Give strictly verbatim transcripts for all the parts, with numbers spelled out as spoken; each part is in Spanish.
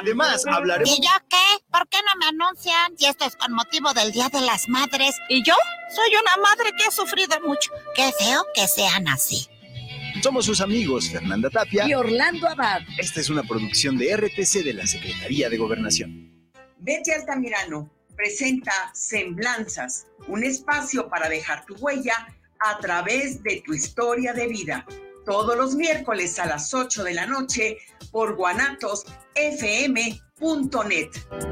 Además, hablaremos... ¿Y yo qué? ¿Por qué no me anuncian? Si esto es con motivo del Día de las Madres. ¿Y yo? Soy una madre que ha sufrido mucho. Qué feo que sean así. Somos sus amigos Fernanda Tapia y Orlando Abad. Esta es una producción de R T C de la Secretaría de Gobernación. Betty Altamirano presenta Semblanzas, un espacio para dejar tu huella a través de tu historia de vida. Todos los miércoles a las ocho de la noche por guanatos f m punto net.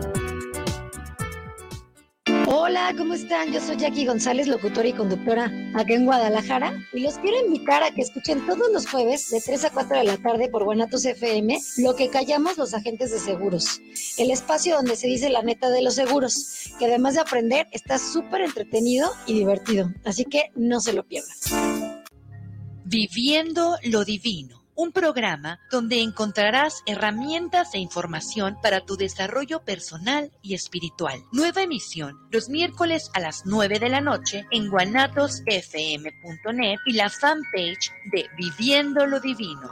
Hola, ¿cómo están? Yo soy Jackie González, locutora y conductora acá en Guadalajara, y los quiero invitar a que escuchen todos los jueves de tres a cuatro de la tarde por Guanatos F M, Lo que callamos los agentes de seguros, el espacio donde se dice la neta de los seguros, que además de aprender está súper entretenido y divertido, así que no se lo pierdan. Viviendo lo divino. Un programa donde encontrarás herramientas e información para tu desarrollo personal y espiritual. Nueva emisión los miércoles a las nueve de la noche en guanatos f m punto net y la fanpage de Viviendo lo Divino.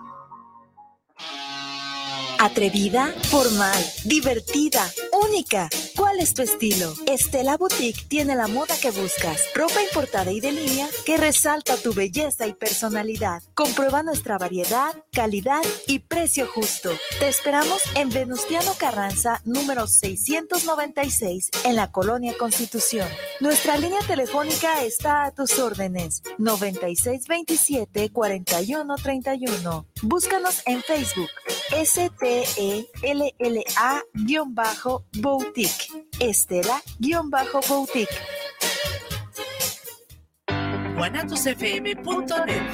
Atrevida, formal, divertida, única. ¿Cuál es tu estilo? Estela Boutique tiene la moda que buscas. Ropa importada y de línea que resalta tu belleza y personalidad. Comprueba nuestra variedad, calidad y precio justo. Te esperamos en Venustiano Carranza, número seiscientos noventa y seis, en la Colonia Constitución. Nuestra línea telefónica está a tus órdenes. noventa y seis veintisiete, cuarenta y uno treinta y uno. Búscanos en Facebook. S T E L L A Boutique. Estela Boutique. guanatos f m punto net.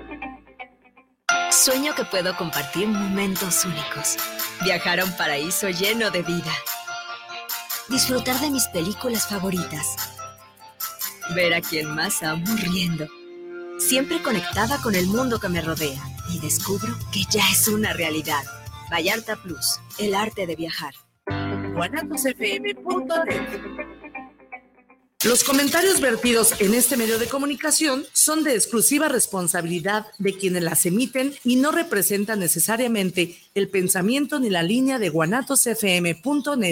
Sueño que puedo compartir momentos únicos. Viajar a un paraíso lleno de vida. Disfrutar de mis películas favoritas. Ver a quien más amo riendo. Siempre conectada con el mundo que me rodea. Y descubro que ya es una realidad. Vallarta Plus, el arte de viajar. guanatos f m punto net. Los comentarios vertidos en este medio de comunicación son de exclusiva responsabilidad de quienes las emiten y no representan necesariamente el pensamiento ni la línea de guanatos f m punto net.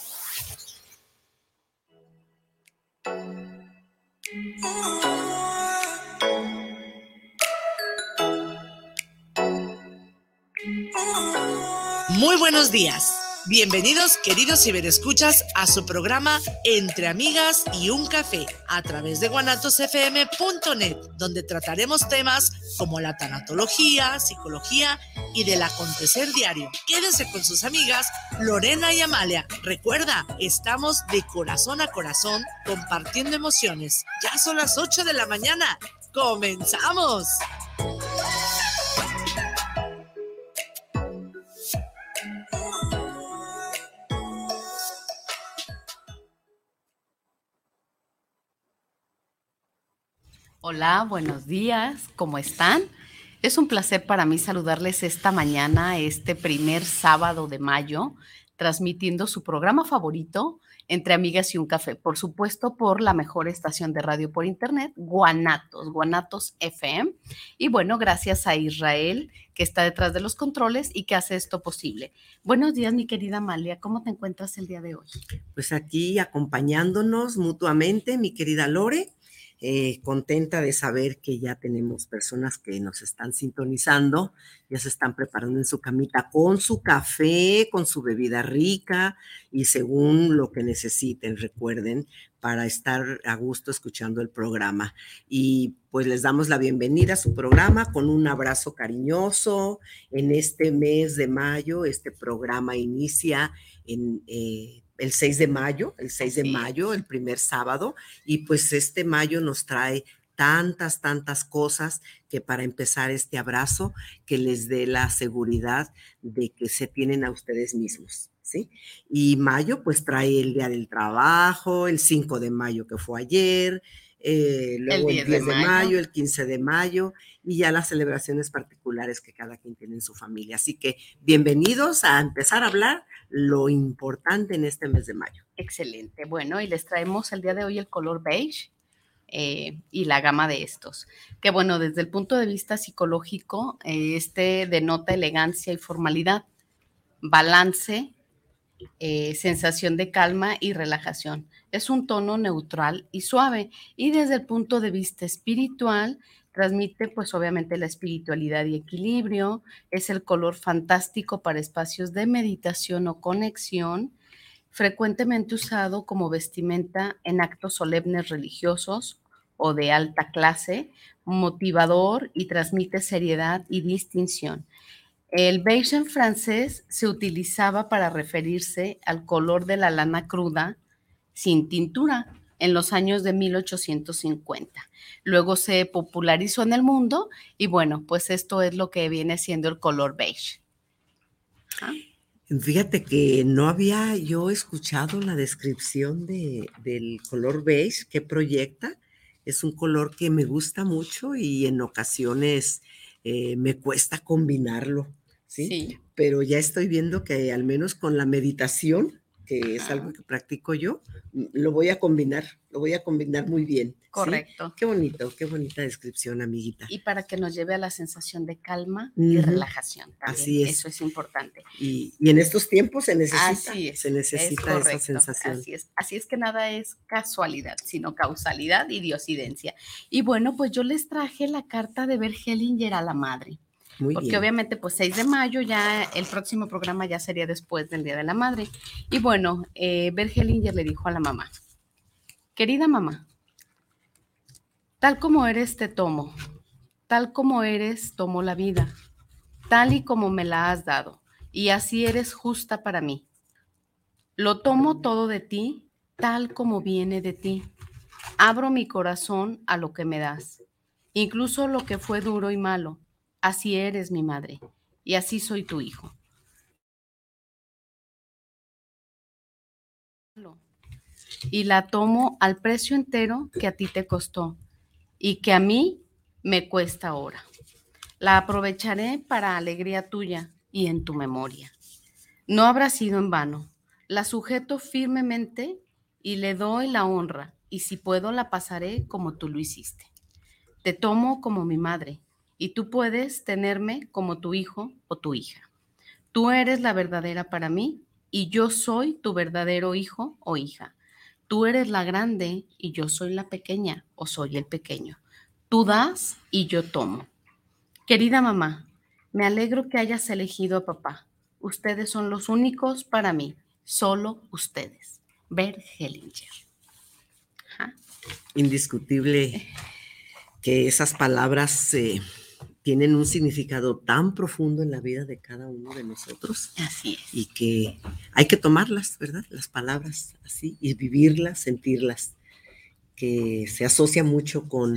Muy buenos días. Bienvenidos, queridos ciberescuchas, a su programa Entre Amigas y un Café, a través de guanatos f m punto net, donde trataremos temas como la tanatología, psicología y del acontecer diario. Quédense con sus amigas Lorena y Amalia. Recuerda, estamos de corazón a corazón compartiendo emociones. Ya son las ocho de la mañana. ¡Comenzamos! Hola, buenos días, ¿cómo están? Es un placer para mí saludarles esta mañana, este primer sábado de mayo, transmitiendo su programa favorito, Entre Amigas y un Café, por supuesto por la mejor estación de radio por internet, Guanatos, Guanatos F M. Y bueno, gracias a Israel, que está detrás de los controles y que hace esto posible. Buenos días, mi querida Amalia, ¿cómo te encuentras el día de hoy? Pues aquí acompañándonos mutuamente, mi querida Lore. Eh, contenta de saber que ya tenemos personas que nos están sintonizando, ya se están preparando en su camita con su café, con su bebida rica y según lo que necesiten, recuerden, para estar a gusto escuchando el programa. Y pues les damos la bienvenida a su programa con un abrazo cariñoso. En este mes de mayo, este programa inicia en... Eh, el seis de mayo, el seis de mayo, el primer sábado, y pues este mayo nos trae tantas, tantas cosas que para empezar este abrazo, que les dé la seguridad de que se tienen a ustedes mismos, ¿sí? Y mayo pues trae el Día del Trabajo, el cinco de mayo que fue ayer, eh, luego el diez, el diez de, mayo. de mayo, el quince de mayo, y ya las celebraciones particulares que cada quien tiene en su familia. Así que bienvenidos a empezar a hablar lo importante en este mes de mayo. Excelente. Bueno, y les traemos el día de hoy el color beige eh, y la gama de estos. Que bueno, desde el punto de vista psicológico, eh, este denota elegancia y formalidad. balance, eh, sensación de calma y relajación. Es un tono neutral y suave, y desde el punto de vista espiritual transmite pues obviamente la espiritualidad y equilibrio. Es el color fantástico para espacios de meditación o conexión, frecuentemente usado como vestimenta en actos solemnes religiosos o de alta clase, motivador y transmite seriedad y distinción. El beige en francés se utilizaba para referirse al color de la lana cruda sin tintura en los años de mil ochocientos cincuenta. Luego se popularizó en el mundo y bueno, pues esto es lo que viene siendo el color beige. ¿Ah? Fíjate que no había yo escuchado la descripción de, del color beige que proyecta. Es un color que me gusta mucho y en ocasiones eh, me cuesta combinarlo, ¿sí? Sí. Pero ya estoy viendo que al menos con la meditación, que es algo que practico yo, lo voy a combinar, lo voy a combinar muy bien. Correcto. ¿Sí? Qué bonito, qué bonita descripción, amiguita. Y para que nos lleve a la sensación de calma uh-huh. y relajación también. Así es. Eso es importante. Y, y en estos tiempos se necesita, Así es, se necesita es esa sensación. Así es. Así es que nada es casualidad, sino causalidad y diosidencia. Y bueno, pues yo les traje la carta de Bert Hellinger a la madre. Muy porque bien. Obviamente pues seis de mayo, ya el próximo programa ya sería después del Día de la Madre. Y bueno, eh, Bert Hellinger le dijo a la mamá: querida mamá, tal como eres te tomo, tal como eres tomo la vida, tal y como me la has dado, y así eres justa para mí. Lo tomo todo de ti, tal como viene de ti. Abro mi corazón a lo que me das, incluso lo que fue duro y malo. Así eres mi madre, y así soy tu hijo. Y la tomo al precio entero que a ti te costó y que a mí me cuesta ahora. La aprovecharé para alegría tuya y en tu memoria. No habrá sido en vano. La sujeto firmemente y le doy la honra, y si puedo la pasaré como tú lo hiciste. Te tomo como mi madre, y tú puedes tenerme como tu hijo o tu hija. Tú eres la verdadera para mí y yo soy tu verdadero hijo o hija. Tú eres la grande y yo soy la pequeña o soy el pequeño. Tú das y yo tomo. Querida mamá, me alegro que hayas elegido a papá. Ustedes son los únicos para mí, solo ustedes. Bert Hellinger. Ajá. Indiscutible que esas palabras eh, tienen un significado tan profundo en la vida de cada uno de nosotros. Así es. Y que hay que tomarlas, ¿verdad? Las palabras así, y vivirlas, sentirlas, que se asocia mucho con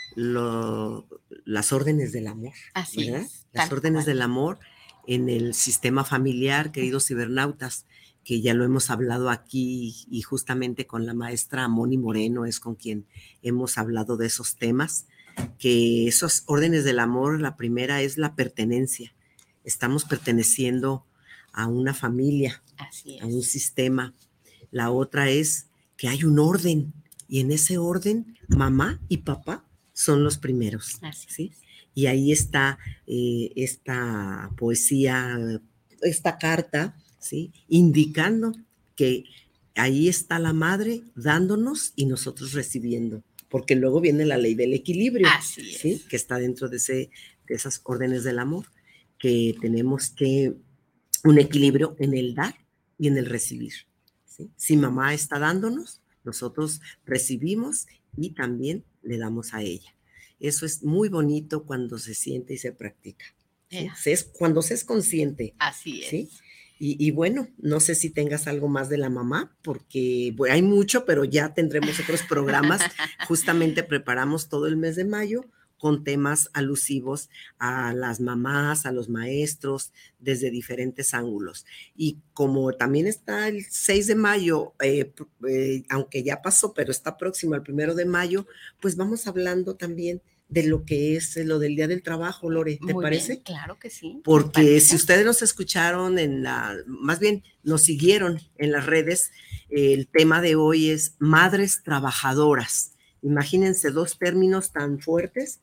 lo, las órdenes del amor. Así ¿verdad? es. Las órdenes cual. del amor en el sistema familiar, queridos cibernautas, que ya lo hemos hablado aquí y justamente con la maestra Moni Moreno es con quien hemos hablado de esos temas, que esas órdenes del amor, la primera es la pertenencia. Estamos perteneciendo a una familia, Así es. a un sistema. La otra es que hay un orden y en ese orden mamá y papá son los primeros. Así ¿sí? es. Y ahí está eh, esta poesía, esta carta, ¿sí? indicando que ahí está la madre dándonos y nosotros recibiendo, porque luego viene la ley del equilibrio, Así es. ¿sí? que está dentro de, ese, de esas órdenes del amor, que tenemos que un equilibrio en el dar y en el recibir. ¿sí? Si mamá está dándonos, nosotros recibimos y también le damos a ella. Eso es muy bonito cuando se siente y se practica. ¿sí? Yeah. Se es, cuando se es consciente. Así es. ¿sí? Y, y bueno, no sé si tengas algo más de la mamá, porque bueno, hay mucho, pero ya tendremos otros programas. Justamente preparamos todo el mes de mayo con temas alusivos a las mamás, a los maestros, desde diferentes ángulos. Y como también está el seis de mayo, eh, eh, aunque ya pasó, pero está próximo al primero de mayo, pues vamos hablando también de lo que es lo del Día del Trabajo, Lore, ¿te Muy parece? Bien, claro que sí. Porque si ustedes nos escucharon en la, más bien nos siguieron en las redes, eh, el tema de hoy es madres trabajadoras. Imagínense dos términos tan fuertes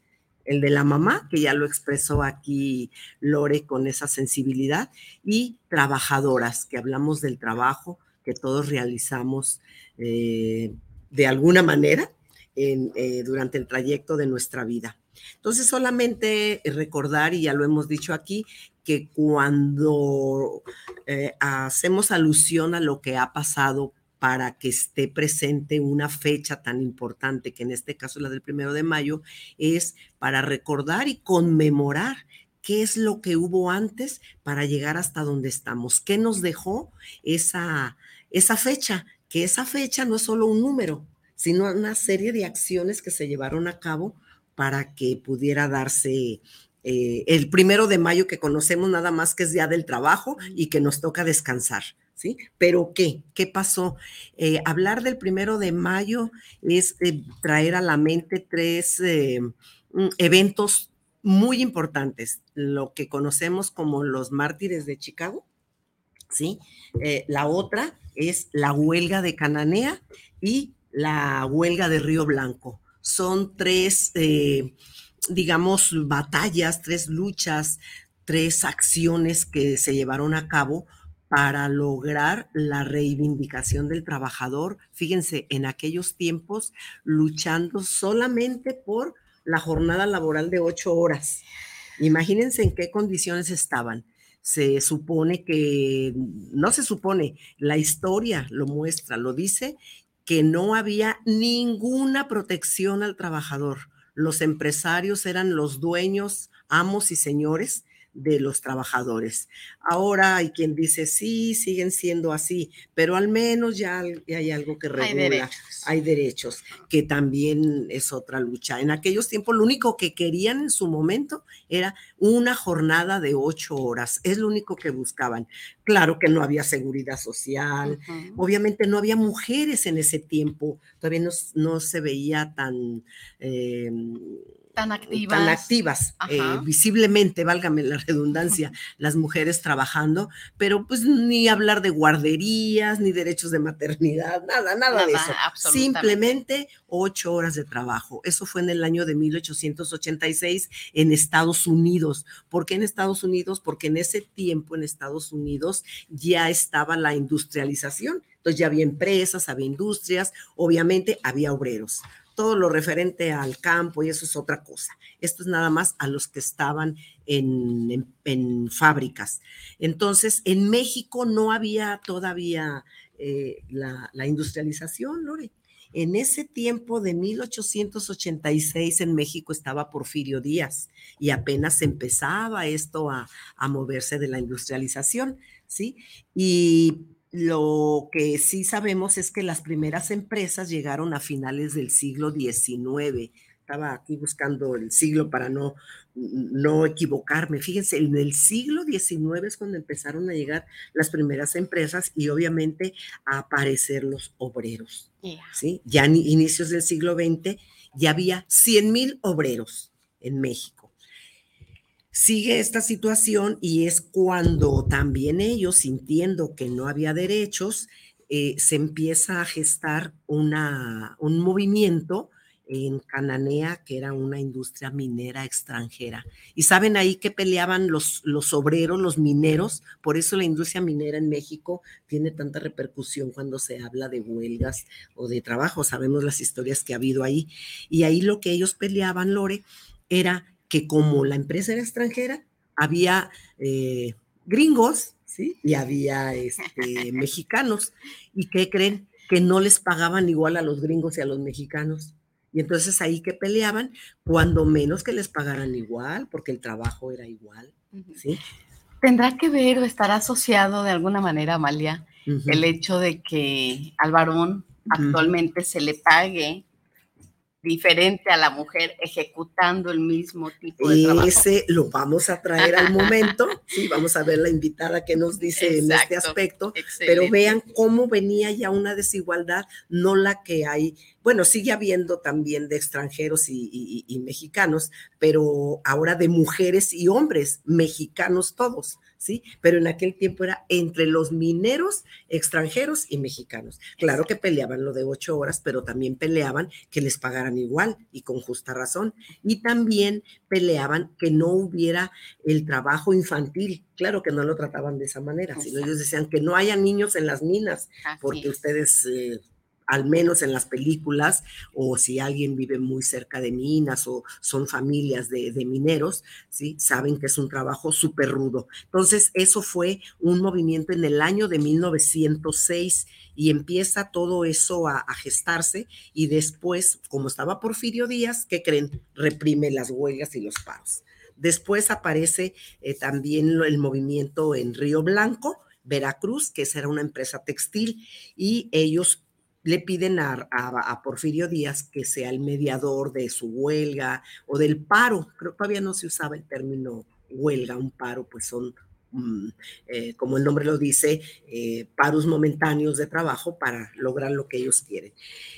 el de la mamá, que ya lo expresó aquí Lore con esa sensibilidad, y trabajadoras, que hablamos del trabajo que todos realizamos eh, de alguna manera en, eh, durante el trayecto de nuestra vida. Entonces, solamente recordar, y ya lo hemos dicho aquí, que cuando eh, hacemos alusión a lo que ha pasado para que esté presente una fecha tan importante, que en este caso la del primero de mayo, es para recordar y conmemorar qué es lo que hubo antes para llegar hasta donde estamos, qué nos dejó esa, esa fecha, que esa fecha no es solo un número, sino una serie de acciones que se llevaron a cabo para que pudiera darse eh, el primero de mayo, que conocemos nada más que es Día del Trabajo y que nos toca descansar, ¿sí? Pero ¿qué? ¿Qué pasó? Eh, hablar del primero de mayo es eh, traer a la mente tres eh, eventos muy importantes, lo que conocemos como los mártires de Chicago, ¿sí? Eh, la otra es la huelga de Cananea y la huelga de Río Blanco. Son tres, eh, digamos, batallas, tres luchas, tres acciones que se llevaron a cabo para lograr la reivindicación del trabajador. Fíjense, en aquellos tiempos luchando solamente por la jornada laboral de ocho horas. Imagínense en qué condiciones estaban. Se supone que, no se supone, la historia lo muestra, lo dice, que no había ninguna protección al trabajador. Los empresarios eran los dueños, amos y señores de los trabajadores. Ahora hay quien dice, sí, siguen siendo así, pero al menos ya hay algo que regula. Hay derechos. Hay derechos, que también es otra lucha. En aquellos tiempos lo único que querían en su momento era una jornada de ocho horas. Es lo único que buscaban. Claro que no había seguridad social. Uh-huh. Obviamente no había mujeres en ese tiempo. Todavía no, no se veía tan... Eh, Tan activas, tan activas eh, visiblemente, válgame la redundancia, las mujeres trabajando, pero pues ni hablar de guarderías, ni derechos de maternidad, nada, nada, nada de eso. Simplemente ocho horas de trabajo. Eso fue en el año de mil ochocientos ochenta y seis en Estados Unidos. ¿Por qué en Estados Unidos? Porque en ese tiempo en Estados Unidos ya estaba la industrialización. Entonces ya había empresas, había industrias, obviamente había obreros. Todo lo referente al campo y eso es otra cosa. Esto es nada más a los que estaban en, en, en fábricas. Entonces, en México no había todavía eh, la, la industrialización, Lore. En ese tiempo de mil ochocientos ochenta y seis en México estaba Porfirio Díaz y apenas empezaba esto a, a moverse de la industrialización, ¿sí? Y lo que sí sabemos es que las primeras empresas llegaron a finales del siglo diecinueve. Estaba aquí buscando el siglo para no, no equivocarme. Fíjense, en el siglo diecinueve es cuando empezaron a llegar las primeras empresas y obviamente a aparecer los obreros. Yeah. ¿Sí? Ya en inicios del siglo veinte ya había cien mil obreros en México. Sigue esta situación y es cuando también ellos, sintiendo que no había derechos, eh, se empieza a gestar una, un movimiento en Cananea, que era una industria minera extranjera. Y saben ahí que peleaban los, los obreros, los mineros, por eso la industria minera en México tiene tanta repercusión cuando se habla de huelgas o de trabajo. Sabemos las historias que ha habido ahí. Y ahí lo que ellos peleaban, Lore, era que como la empresa era extranjera, había eh, gringos, ¿sí? Y había este, mexicanos. ¿Y qué creen? Que no les pagaban igual a los gringos y a los mexicanos. Y entonces ahí que peleaban, cuando menos que les pagaran igual, porque el trabajo era igual, ¿sí? ¿Tendrá que ver o estará asociado de alguna manera, Amalia, uh-huh. el hecho de que al varón uh-huh. actualmente se le pague diferente a la mujer ejecutando el mismo tipo de trabajo? Ese lo vamos a traer al momento, sí, vamos a ver la invitada que nos dice Exacto. en este aspecto, Excelente. Pero vean cómo venía ya una desigualdad, no la que hay, bueno, sigue habiendo también de extranjeros y, y, y mexicanos, pero ahora de mujeres y hombres, mexicanos todos, ¿sí? Pero en aquel tiempo era entre los mineros extranjeros y mexicanos. Claro que peleaban lo de ocho horas, pero también peleaban que les pagaran igual y con justa razón. Y también peleaban que no hubiera el trabajo infantil. Claro que no lo trataban de esa manera, sino ellos decían que no haya niños en las minas, porque ustedes... Eh, al menos en las películas, o si alguien vive muy cerca de minas o son familias de, de mineros, ¿sí? Saben que es un trabajo súper rudo. Entonces, eso fue un movimiento en el año de mil novecientos seis y empieza todo eso a, a gestarse y después, como estaba Porfirio Díaz, ¿qué creen? Reprime las huelgas y los paros. Después aparece eh, también el movimiento en Río Blanco, Veracruz, que esa era una empresa textil, y ellos le piden a, a, a Porfirio Díaz que sea el mediador de su huelga o del paro. Creo que todavía no se usaba el término huelga, un paro, pues son, um, eh, como el nombre lo dice, eh, paros momentáneos de trabajo para lograr lo que ellos quieren.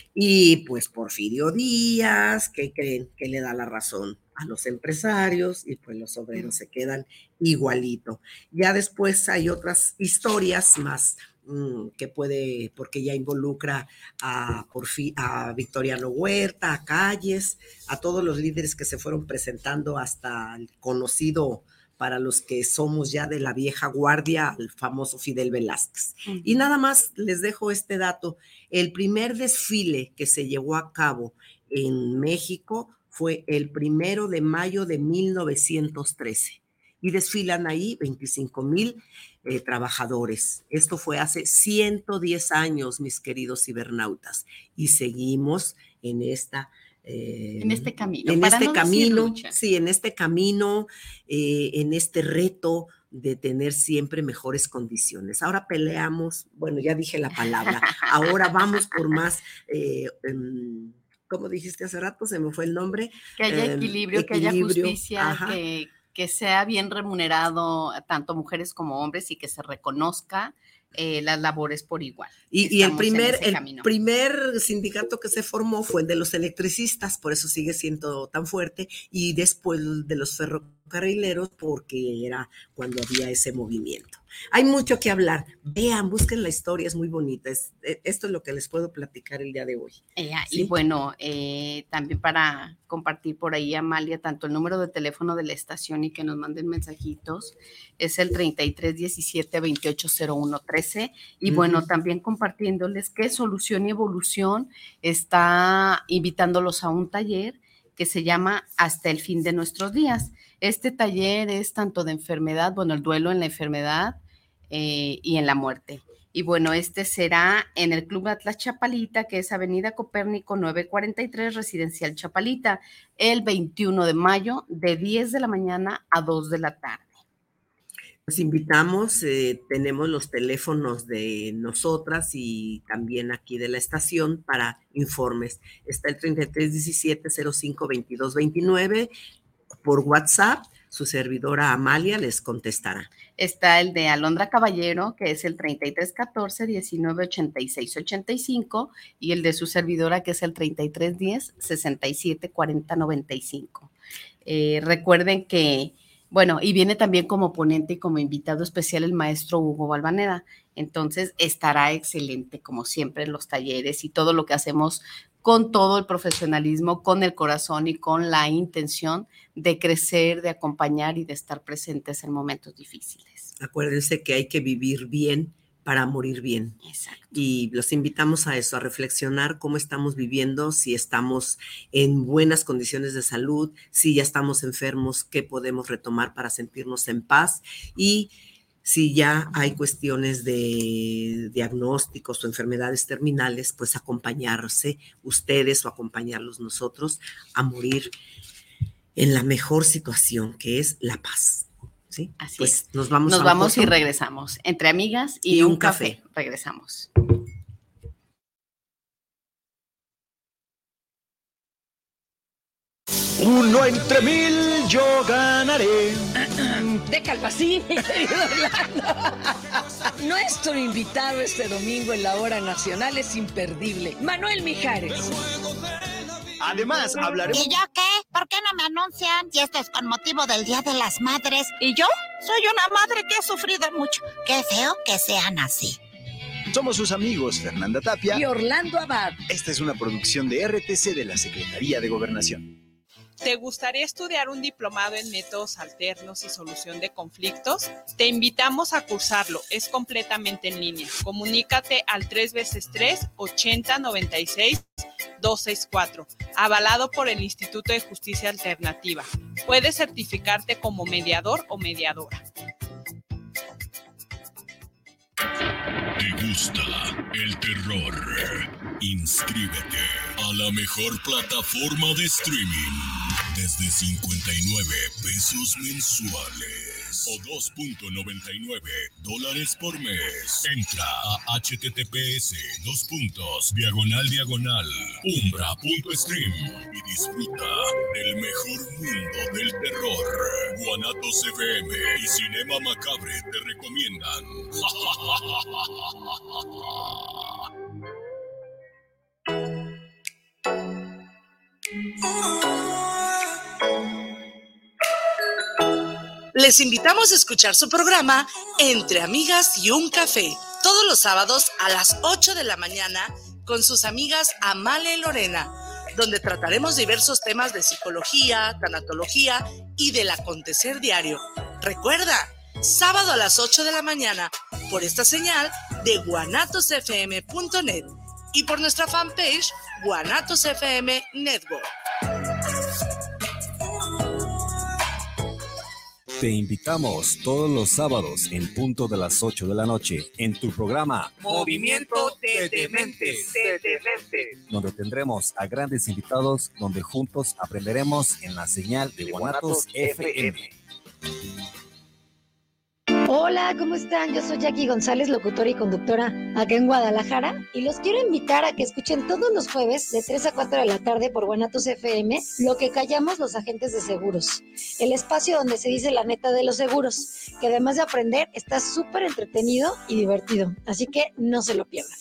Y pues Porfirio Díaz, ¿qué creen? Que le da la razón a los empresarios y pues los obreros se quedan igualito. Ya después hay otras historias más que puede, porque ya involucra a, Porfi, a Victoriano Huerta, a Calles, a todos los líderes que se fueron presentando hasta el conocido para los que somos ya de la vieja guardia, el famoso Fidel Velázquez. Uh-huh. Y nada más les dejo este dato, el primer desfile que se llevó a cabo en México fue el primero de mayo de mil novecientos trece. Y desfilan ahí veinticinco mil eh, trabajadores. Esto fue hace ciento diez años, mis queridos cibernautas, y seguimos en esta... Eh, en este camino. En para este no camino, sí, en este camino, eh, en este reto de tener siempre mejores condiciones. Ahora peleamos, bueno, ya dije la palabra, ahora vamos por más... Eh, um, ¿cómo dijiste hace rato? Se me fue el nombre. Que haya eh, equilibrio, equilibrio, que haya justicia, que... que sea bien remunerado tanto mujeres como hombres y que se reconozca eh, las labores por igual. Y, y el, primer, el primer sindicato que se formó fue el de los electricistas, por eso sigue siendo tan fuerte, y después de los ferrocarrileros, porque era cuando había ese movimiento. Hay mucho que hablar. Vean, busquen la historia, es muy bonita. Es, esto es lo que les puedo platicar el día de hoy. Eh, ¿sí? Y bueno, eh, también para compartir por ahí, Amalia, tanto el número de teléfono de la estación y que nos manden mensajitos, es el treinta y tres diecisiete veintiocho cero uno trece. Y uh-huh. bueno, también compartiéndoles que Solución y Evolución está invitándolos a un taller que se llama Hasta el fin de nuestros días. Este taller es tanto de enfermedad, bueno, el duelo en la enfermedad eh, y en la muerte. Y bueno, este será en el Club Atlas Chapalita, que es Avenida Copérnico nueve cuarenta y tres, Residencial Chapalita, el veintiuno de mayo, de diez de la mañana a dos de la tarde. Los invitamos, eh, tenemos los teléfonos de nosotras y también aquí de la estación para informes. Está el treinta y tres diecisiete cero cinco veintidós veintinueve por WhatsApp. Su servidora Amalia les contestará. Está el de Alondra Caballero, que es el treinta y tres catorce diecinueve ochenta y seis ochenta y cinco, y el de su servidora, que es el treinta y tres diez sesenta y siete cuarenta noventa y cinco. Eh, recuerden que, bueno, y viene también como ponente y como invitado especial el maestro Hugo Valvaneda. Entonces estará excelente, como siempre, en los talleres y todo lo que hacemos con todo el profesionalismo, con el corazón y con la intención de crecer, de acompañar y de estar presentes en momentos difíciles. Acuérdense que hay que vivir bien para morir bien. Exacto. Y los invitamos a eso, a reflexionar cómo estamos viviendo, si estamos en buenas condiciones de salud, si ya estamos enfermos, qué podemos retomar para sentirnos en paz, y si ya hay cuestiones de diagnósticos o enfermedades terminales, pues acompañarse ustedes o acompañarlos nosotros a morir en la mejor situación, que es la paz. ¿Sí? Así pues es. Nos vamos, nos a vamos un y regresamos. Entre amigas y, y un, un café. café. Regresamos. Uno entre mil yo ganaré. De Calvasín, mi querido Orlando. Nuestro invitado este domingo en la Hora Nacional es imperdible. Manuel Mijares. Además, hablaremos... ¿Y yo qué? ¿Por qué no me anuncian? Y esto es con motivo del Día de las Madres. ¿Y yo? Soy una madre que he sufrido mucho. Qué feo que sean así. Somos sus amigos Fernanda Tapia y Orlando Abad. Esta es una producción de R T C de la Secretaría de Gobernación. ¿Te gustaría estudiar un diplomado en métodos alternos y solución de conflictos? Te invitamos a cursarlo, es completamente en línea. Comunícate al tres veces tres, ochenta, noventa y seis, doscientos sesenta y cuatro, avalado por el Instituto de Justicia Alternativa. Puedes certificarte como mediador o mediadora. ¿Te gusta el terror? Inscríbete a la mejor plataforma de streaming desde cincuenta y nueve pesos mensuales o dos punto noventa y nueve dólares por mes. Entra a H T T P S dos puntos diagonal diagonal umbra punto stream y disfruta del mejor mundo del terror. Guanatos F M y Cinema Macabre te recomiendan. Les invitamos a escuchar su programa Entre Amigas y un Café, todos los sábados a las ocho de la mañana con sus amigas Amalia y Lorena, donde trataremos diversos temas de psicología, tanatología y del acontecer diario. Recuerda, sábado a las ocho de la mañana por esta señal de guanatos f m punto net y por nuestra fanpage Guanatos F M Network. Te invitamos todos los sábados en punto de las ocho de la noche en tu programa Movimiento de Dementes, de Dementes, donde tendremos a grandes invitados, donde juntos aprenderemos en la señal de Guanatos F M. Hola, ¿cómo están? Yo soy Jackie González, locutora y conductora acá en Guadalajara, y los quiero invitar a que escuchen todos los jueves de tres a cuatro de la tarde por Guanatos F M Lo que callamos los agentes de seguros, el espacio donde se dice la neta de los seguros, que además de aprender está súper entretenido y divertido, así que no se lo pierdan.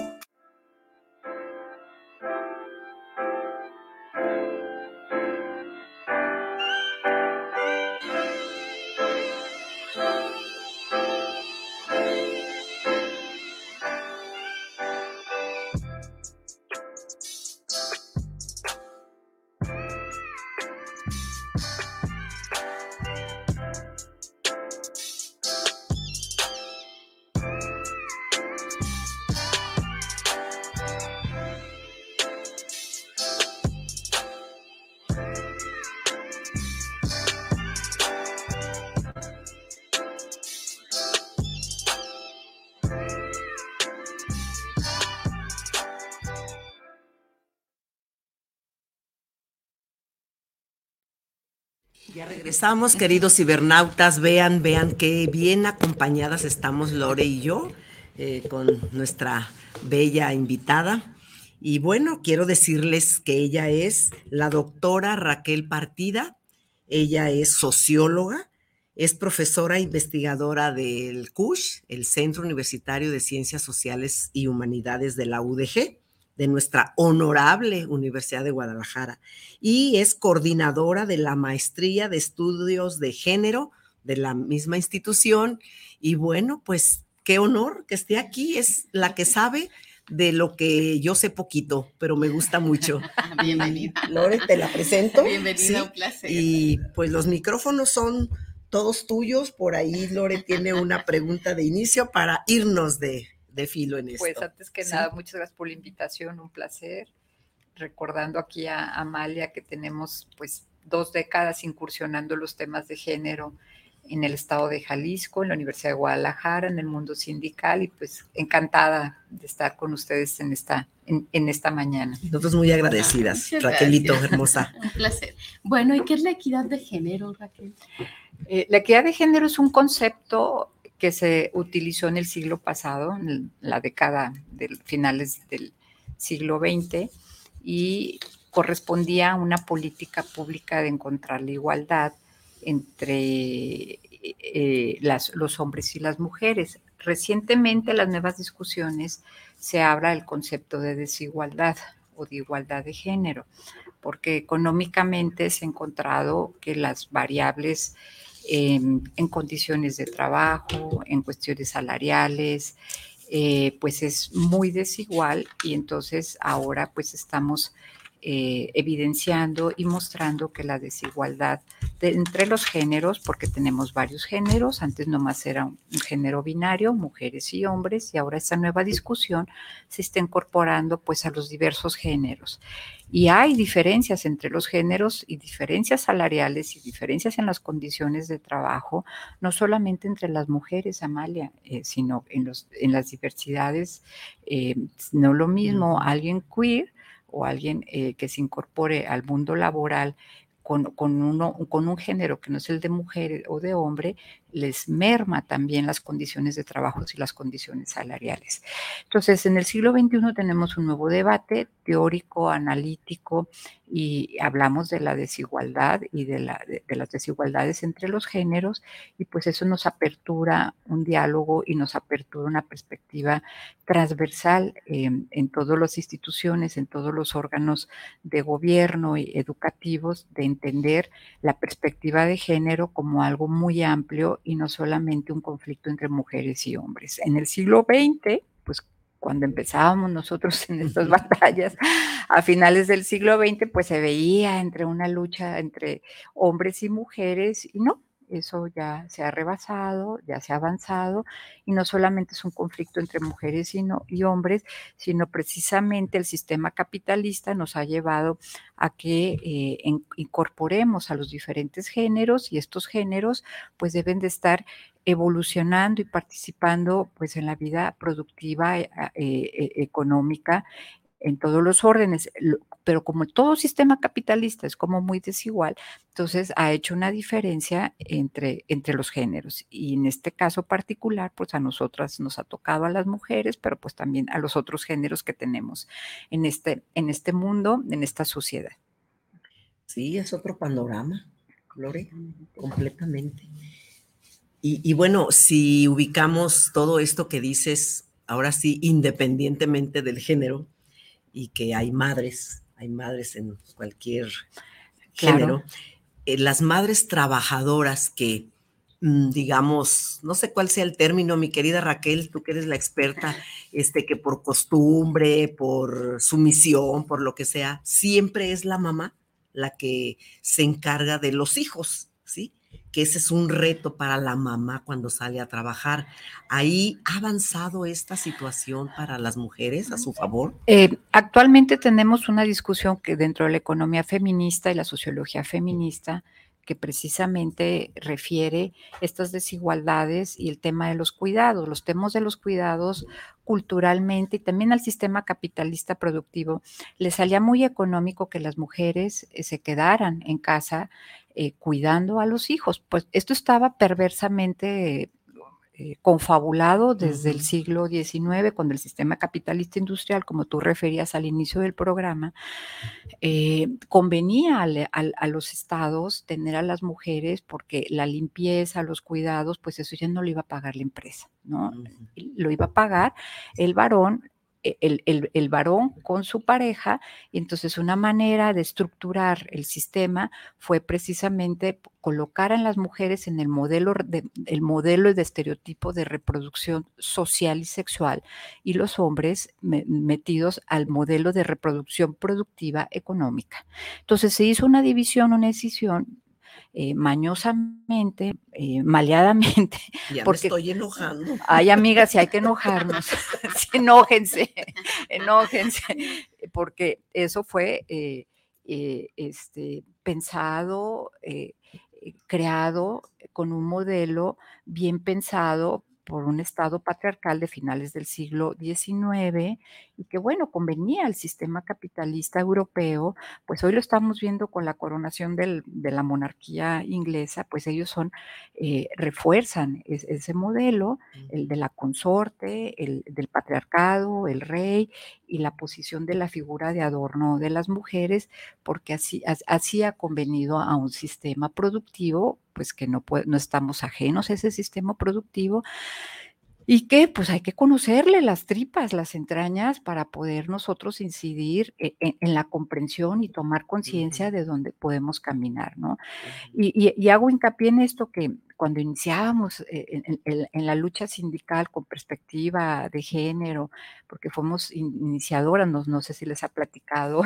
Ya regresamos, queridos cibernautas. Vean, vean qué bien acompañadas estamos Lore y yo eh, con nuestra bella invitada. Y bueno, quiero decirles que ella es la doctora Raquel Partida. Ella es socióloga, es profesora e investigadora del C U S H, el Centro Universitario de Ciencias Sociales y Humanidades de la U D G, de nuestra honorable Universidad de Guadalajara, y es coordinadora de la Maestría de Estudios de Género de la misma institución. Y bueno, pues qué honor que esté aquí, es la que sabe de lo que yo sé poquito, pero me gusta mucho. Bienvenida. Lore, te la presento. Bienvenida, ¿sí? Un placer. Y pues los micrófonos son todos tuyos. Por ahí Lore tiene una pregunta de inicio para irnos de, de filo en esto. Pues antes que ¿sí? nada, muchas gracias por la invitación, un placer. Recordando aquí a Amalia que tenemos pues dos décadas incursionando los temas de género en el estado de Jalisco, en la Universidad de Guadalajara, en el mundo sindical, y pues encantada de estar con ustedes en esta, en, en esta mañana. Nosotros muy agradecidas, Muchas Raquelito, gracias. hermosa. Un placer. Bueno, ¿y qué es la equidad de género, Raquel? Eh, la equidad de género es un concepto que se utilizó en el siglo pasado, en la década de finales del siglo veinte, y correspondía a una política pública de encontrar la igualdad entre eh, las, los hombres y las mujeres. Recientemente, en las nuevas discusiones, se habla del concepto de desigualdad o de igualdad de género, porque económicamente se ha encontrado que las variables eh, en condiciones de trabajo, en cuestiones salariales, eh, pues es muy desigual, y entonces ahora pues estamos Eh, evidenciando y mostrando que la desigualdad de, entre los géneros, porque tenemos varios géneros, antes nomás era un, un género binario, mujeres y hombres, y ahora esta nueva discusión se está incorporando pues a los diversos géneros. Y hay diferencias entre los géneros y diferencias salariales y diferencias en las condiciones de trabajo, no solamente entre las mujeres, Amalia, eh, sino en, los, en las diversidades, eh, no lo mismo alguien queer o alguien eh, que se incorpore al mundo laboral con, con, uno, con un género que no es el de mujer o de hombre, les merma también las condiciones de trabajo y las condiciones salariales. Entonces, en el siglo veintiuno tenemos un nuevo debate teórico, analítico, y hablamos de la desigualdad y de, la, de, de las desigualdades entre los géneros, y pues eso nos apertura un diálogo y nos apertura una perspectiva transversal eh, en todas las instituciones, en todos los órganos de gobierno y educativos, de entender la perspectiva de género como algo muy amplio y no solamente un conflicto entre mujeres y hombres. En el siglo veinte, pues cuando empezábamos nosotros en estas batallas, a finales del siglo veinte, pues se veía entre una lucha entre hombres y mujeres, y no, eso ya se ha rebasado, ya se ha avanzado, y no solamente es un conflicto entre mujeres y, no, y hombres, sino precisamente el sistema capitalista nos ha llevado a que eh, en, incorporemos a los diferentes géneros, y estos géneros pues deben de estar evolucionando y participando pues en la vida productiva, eh, eh, económica, en todos los órdenes, pero como todo sistema capitalista es como muy desigual, entonces ha hecho una diferencia entre, entre los géneros, y en este caso particular, pues a nosotras nos ha tocado a las mujeres, pero pues también a los otros géneros que tenemos en este, en este mundo, en esta sociedad. Sí, es otro panorama, Lore, completamente. Y, y bueno, si ubicamos todo esto que dices, ahora sí, independientemente del género, y que hay madres, hay madres en cualquier Claro. género, eh, las madres trabajadoras que, mm, digamos, no sé cuál sea el término, mi querida Raquel, tú que eres la experta, este, que por costumbre, por sumisión, por lo que sea, siempre es la mamá la que se encarga de los hijos, ¿sí? Que ese es un reto para la mamá cuando sale a trabajar. ¿Ahí ha avanzado esta situación para las mujeres a su favor? Eh, actualmente tenemos una discusión que dentro de la economía feminista y la sociología feminista, que precisamente refiere estas desigualdades y el tema de los cuidados, los temas de los cuidados culturalmente y también al sistema capitalista productivo. Le salía muy económico que las mujeres eh, se quedaran en casa eh, cuidando a los hijos. Pues esto estaba perversamente eh, confabulado desde uh-huh. el siglo diecinueve, cuando el sistema capitalista industrial, como tú referías al inicio del programa, eh, convenía a, a, a los estados tener a las mujeres, porque la limpieza, los cuidados, pues eso ya no lo iba a pagar la empresa, ¿no? Uh-huh. Lo iba a pagar el varón, El, el, el varón con su pareja, y entonces una manera de estructurar el sistema fue precisamente colocar a las mujeres en el modelo de, el modelo de estereotipo de reproducción social y sexual, y los hombres me, metidos al modelo de reproducción productiva económica. Entonces se hizo una división, una decisión, Eh, mañosamente, eh, maleadamente. Ya porque, me estoy enojando. Ay, amigas, si hay que enojarnos, sí, enójense, enójense, porque eso fue eh, eh, este, pensado, eh, creado con un modelo bien pensado por un Estado patriarcal de finales del siglo diecinueve, y que, bueno, convenía al sistema capitalista europeo. Pues hoy lo estamos viendo con la coronación del, de la monarquía inglesa, pues ellos son, eh, refuerzan es, ese modelo, el de la consorte, el del patriarcado, el rey, y la posición de la figura de adorno de las mujeres, porque así, así ha convenido a un sistema productivo, pues que no, puede, no estamos ajenos a ese sistema productivo, Y que pues hay que conocerle las tripas, las entrañas para poder nosotros incidir en, en la comprensión y tomar conciencia uh-huh. de dónde podemos caminar, ¿no? Uh-huh. Y, y, y hago hincapié en esto que cuando iniciábamos en, en, en la lucha sindical con perspectiva de género, porque fuimos iniciadoras, no, no sé si les ha platicado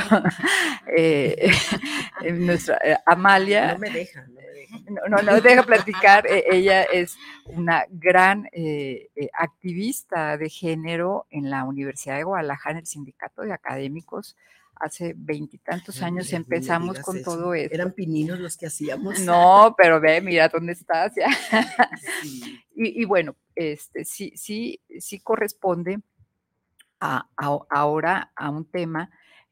eh, nuestra eh, Amalia. No me deja, no me deja. No, no, no deja platicar. Ella es una gran eh, eh, activista de género en la Universidad de Guadalajara, en el Sindicato de Académicos. Hace veintitantos años no, empezamos no con eso. Todo esto. Eran pininos los que hacíamos. No, pero ve, mira dónde estás ya. Sí. Y, y bueno, este sí, sí, sí corresponde a, a, ahora a un tema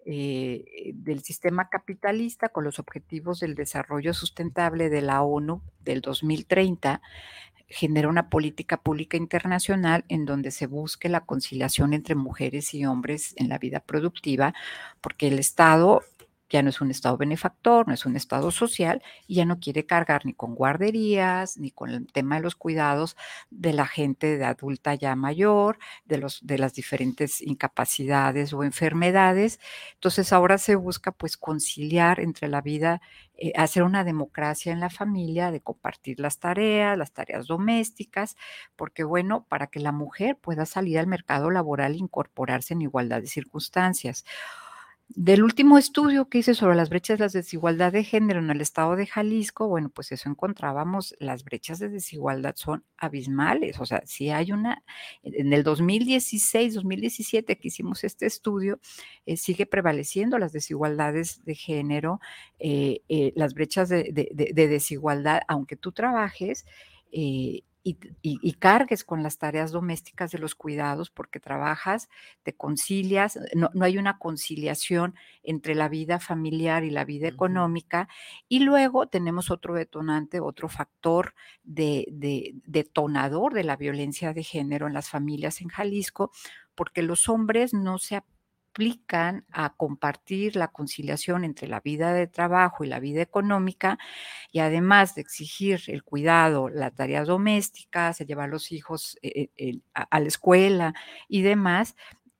eh, del sistema capitalista con los objetivos del desarrollo sustentable de la ONU del dos mil treinta. Genera una política pública internacional en donde se busque la conciliación entre mujeres y hombres en la vida productiva, porque el Estado ya no es un Estado benefactor, no es un Estado social, y ya no quiere cargar ni con guarderías, ni con el tema de los cuidados de la gente de adulta ya mayor, de, los, de las diferentes incapacidades o enfermedades. Entonces ahora se busca pues conciliar entre la vida, eh, hacer una democracia en la familia, de compartir las tareas, las tareas domésticas, porque bueno, para que la mujer pueda salir al mercado laboral e incorporarse en igualdad de circunstancias. Del último estudio que hice sobre las brechas de la desigualdad de género en el estado de Jalisco, bueno, pues eso encontrábamos, las brechas de desigualdad son abismales, o sea, si hay una, en el dos mil dieciséis, dos mil diecisiete que hicimos este estudio, eh, sigue prevaleciendo las desigualdades de género, eh, eh, las brechas de, de, de, de desigualdad, aunque tú trabajes, eh, Y, y, y cargues con las tareas domésticas de los cuidados porque trabajas, te concilias, no, no hay una conciliación entre la vida familiar y la vida uh-huh. económica, y luego tenemos otro detonante, otro factor de, de, detonador de la violencia de género en las familias en Jalisco, porque los hombres no se aplican a compartir la conciliación entre la vida de trabajo y la vida económica, y además de exigir el cuidado, las tareas domésticas, el llevar a los hijos eh, eh, a, a la escuela y demás,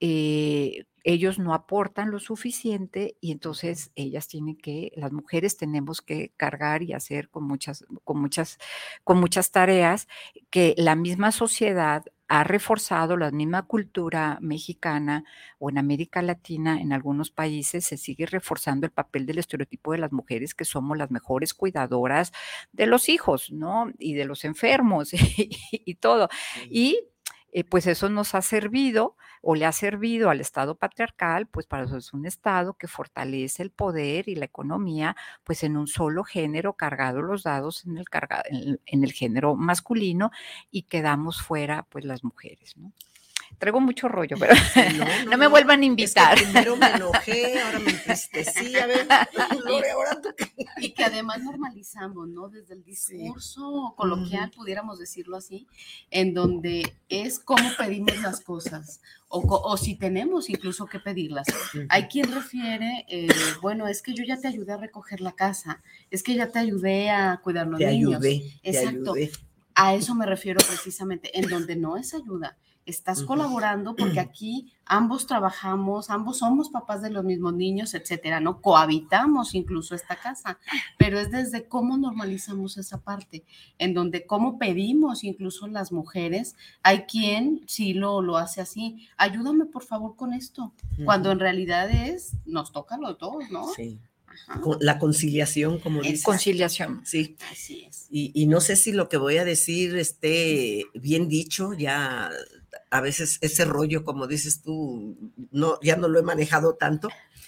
eh, ellos no aportan lo suficiente y entonces ellas tienen que, las mujeres tenemos que cargar y hacer con muchas, con muchas, con muchas tareas que la misma sociedad ha reforzado, la misma cultura mexicana o en América Latina, en algunos países se sigue reforzando el papel del estereotipo de las mujeres que somos las mejores cuidadoras de los hijos, ¿no? Y de los enfermos y, y todo. Y eh, pues eso nos ha servido o le ha servido al Estado patriarcal, pues para eso es un Estado que fortalece el poder y la economía, pues en un solo género, cargado los dados en el, carga, en, en el género masculino, y quedamos fuera pues las mujeres, ¿no? Traigo mucho rollo, pero no, no, no me no, vuelvan a invitar. Es que primero me enojé, ahora me entristecí, a ver, Lore, ahora tú. Y que además normalizamos, ¿no? Desde el discurso sí. coloquial, uh-huh. pudiéramos decirlo así, en donde es cómo pedimos las cosas, o, o si tenemos incluso que pedirlas. Uh-huh. Hay quien refiere, eh, bueno, es que yo ya te ayudé a recoger la casa, es que ya te ayudé a cuidar los te niños. Ayudé, Exacto. Te ayudé. A eso me refiero precisamente, en donde no es ayuda. Estás uh-huh. colaborando porque aquí ambos trabajamos, ambos somos papás de los mismos niños, etcétera, ¿no? Cohabitamos incluso esta casa, pero es desde cómo normalizamos esa parte, en donde cómo pedimos incluso las mujeres, hay quien sí lo, lo hace así, ayúdame por favor con esto, uh-huh. cuando en realidad es, nos toca a los dos, ¿no? Sí. Ajá. La conciliación, como dices. Conciliación. Sí. Así es. Y, y no sé si lo que voy a decir esté bien dicho, ya a veces ese rollo, como dices tú, no, ya no lo he manejado tanto,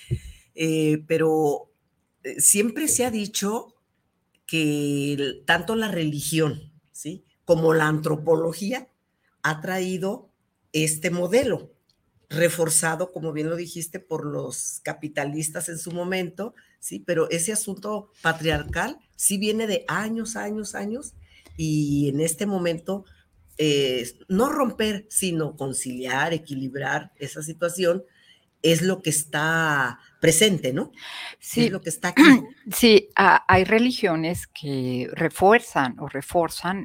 eh, pero siempre se ha dicho que tanto la religión, ¿sí?, como la antropología ha traído este modelo, reforzado, como bien lo dijiste, por los capitalistas en su momento, sí, pero ese asunto patriarcal sí viene de años, años, años, y en este momento eh, no romper, sino conciliar, equilibrar esa situación es lo que está presente, ¿no? Sí, es lo que está aquí. Sí, ah, hay religiones que refuerzan o reforzan el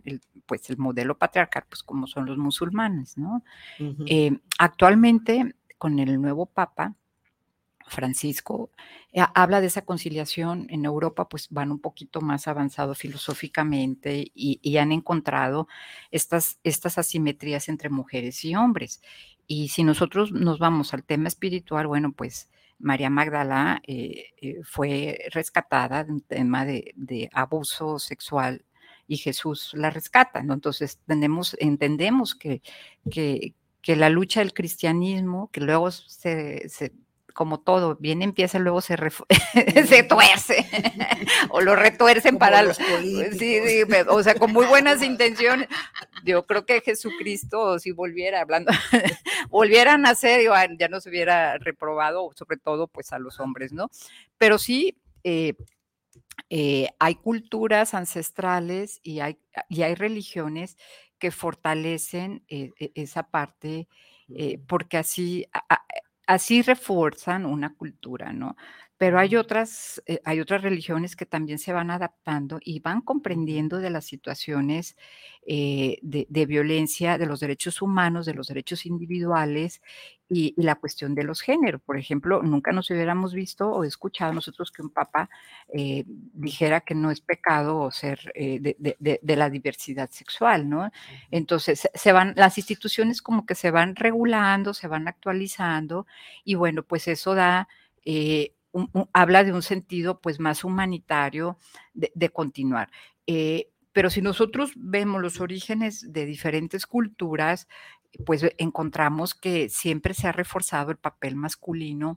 pues el modelo patriarcal, pues como son los musulmanes, ¿no? Ujú. Eh, actualmente, con el nuevo Papa, Francisco, eh, habla de esa conciliación. En Europa pues van un poquito más avanzado filosóficamente y, y han encontrado estas, estas asimetrías entre mujeres y hombres. Y si nosotros nos vamos al tema espiritual, bueno, pues María Magdala eh, eh, fue rescatada de un tema de, de abuso sexual y Jesús la rescata, ¿no? Entonces tenemos, entendemos que, que, que la lucha del cristianismo, que luego se... se como todo, bien empieza, luego se, ref- se tuerce o lo retuercen Como para los los políticos. sí, sí, o sea, con muy buenas intenciones. Yo creo que Jesucristo, si volviera hablando, volviera a nacer, ya nos hubiera reprobado, sobre todo pues a los hombres, ¿no? Pero sí, eh, eh, hay culturas ancestrales y hay, y hay religiones que fortalecen eh, esa parte, eh, porque así... A, a, Así refuerzan una cultura, ¿no? Pero hay otras, eh, hay otras religiones que también se van adaptando y van comprendiendo de las situaciones eh, de, de violencia, de los derechos humanos, de los derechos individuales y, y la cuestión de los géneros. Por ejemplo, nunca nos hubiéramos visto o escuchado nosotros que un papa eh, dijera que no es pecado ser eh, de, de, de, de la diversidad sexual, ¿no? Entonces, se van, las instituciones como que se van regulando, se van actualizando y bueno, pues eso da... Eh, Un, un, habla de un sentido pues más humanitario de, de continuar. Eh, pero si nosotros vemos los orígenes de diferentes culturas, pues encontramos que siempre se ha reforzado el papel masculino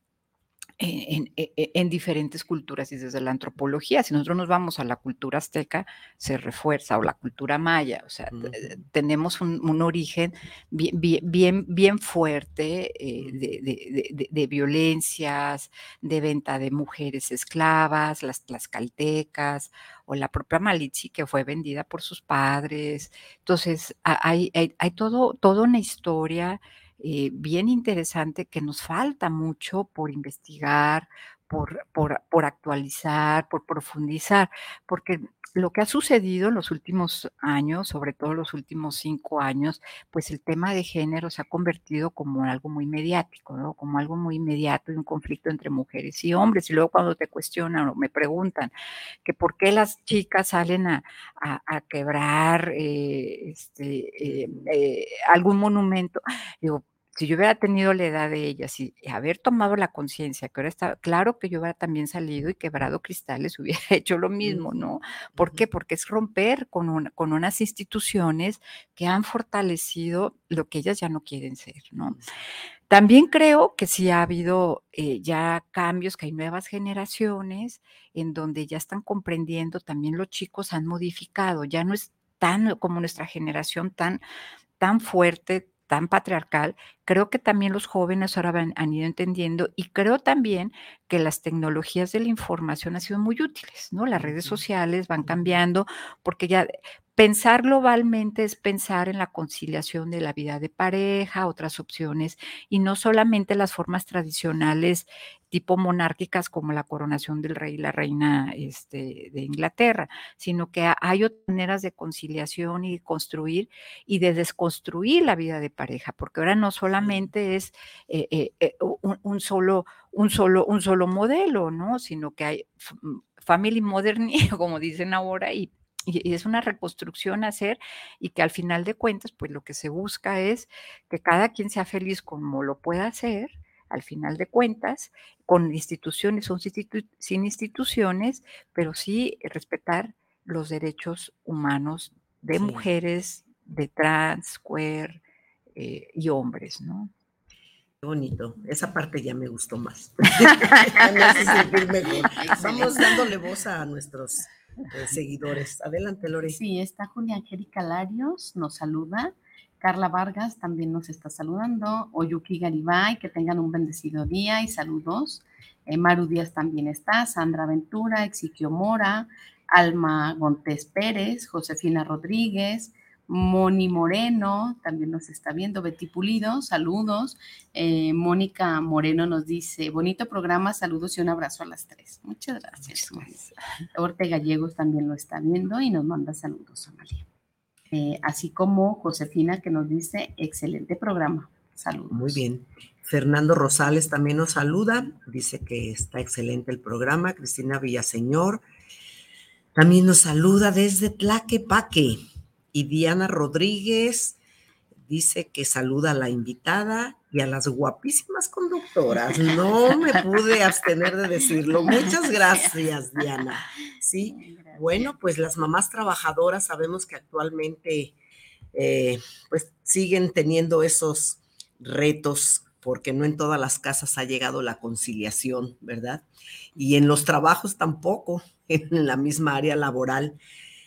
En, en, en diferentes culturas y desde la antropología. Si nosotros nos vamos a la cultura azteca, se refuerza, o la cultura maya, o sea, uh-huh. tenemos un, un origen bien, bien, bien fuerte eh, de, de, de, de violencias, de venta de mujeres esclavas, las tlaxcaltecas, o la propia Malitzi que fue vendida por sus padres. Entonces, hay, hay, hay todo, toda una historia Eh, bien interesante que nos falta mucho por investigar, por, por, por actualizar, por profundizar, porque lo que ha sucedido en los últimos años, sobre todo los últimos cinco años, pues el tema de género se ha convertido como algo muy mediático, ¿no? Como algo muy inmediato y un conflicto entre mujeres y hombres. Y luego cuando te cuestionan o me preguntan que por qué las chicas salen a, a, a quebrar eh, este, eh, eh, algún monumento, digo, si yo hubiera tenido la edad de ellas y haber tomado la conciencia, que ahora está, claro que yo hubiera también salido y quebrado cristales, hubiera hecho lo mismo, ¿no? ¿Por qué? Porque es romper con, una, con unas instituciones que han fortalecido lo que ellas ya no quieren ser, ¿no? También creo que sí ha habido eh, ya cambios, que hay nuevas generaciones en donde ya están comprendiendo, también los chicos han modificado, ya no es tan como nuestra generación tan, tan fuerte, tan patriarcal. Creo que también los jóvenes ahora han, han ido entendiendo y creo también que las tecnologías de la información han sido muy útiles, ¿no? Las redes sociales van cambiando porque ya pensar globalmente es pensar en la conciliación de la vida de pareja, otras opciones y no solamente las formas tradicionales tipo monárquicas como la coronación del rey y la reina este, de Inglaterra, sino que hay otras maneras de conciliación y de construir y de desconstruir la vida de pareja, porque ahora no solamente es eh, eh, un, un, solo, un, solo, un solo modelo, ¿no? Sino que hay family modern, como dicen ahora, y Y es una reconstrucción a hacer y que al final de cuentas, pues lo que se busca es que cada quien sea feliz como lo pueda hacer, al final de cuentas, con instituciones o institu- sin instituciones, pero sí respetar los derechos humanos de Sí. mujeres, de trans, queer eh, y hombres, ¿no? Qué bonito, esa parte ya me gustó más. Me hace sentir mejor. Vamos dándole voz a nuestros eh, seguidores. Adelante, Lore. Sí, está Julia Angélica Larios, nos saluda. Carla Vargas también nos está saludando. Oyuki Garibay, que tengan un bendecido día y saludos. Eh, Maru Díaz también está. Sandra Ventura, Exiquio Mora, Alma Gontés Pérez, Josefina Rodríguez, Moni Moreno también nos está viendo, Betty Pulido, saludos. Eh, Mónica Moreno nos dice, bonito programa, saludos y un abrazo a las tres. Muchas gracias. Orte Gallegos también lo está viendo y nos manda saludos, Amalia. eh, así como Josefina que nos dice, excelente programa. Saludos. Muy bien. Fernando Rosales también nos saluda, dice que está excelente el programa. Cristina Villaseñor también nos saluda desde Tlaquepaque. Y Diana Rodríguez dice que saluda a la invitada y a las guapísimas conductoras. No me pude abstener de decirlo. Muchas gracias, Diana. Sí, bueno, pues las mamás trabajadoras sabemos que actualmente eh, pues siguen teniendo esos retos, porque no en todas las casas ha llegado la conciliación, ¿verdad? Y en los trabajos tampoco, en la misma área laboral.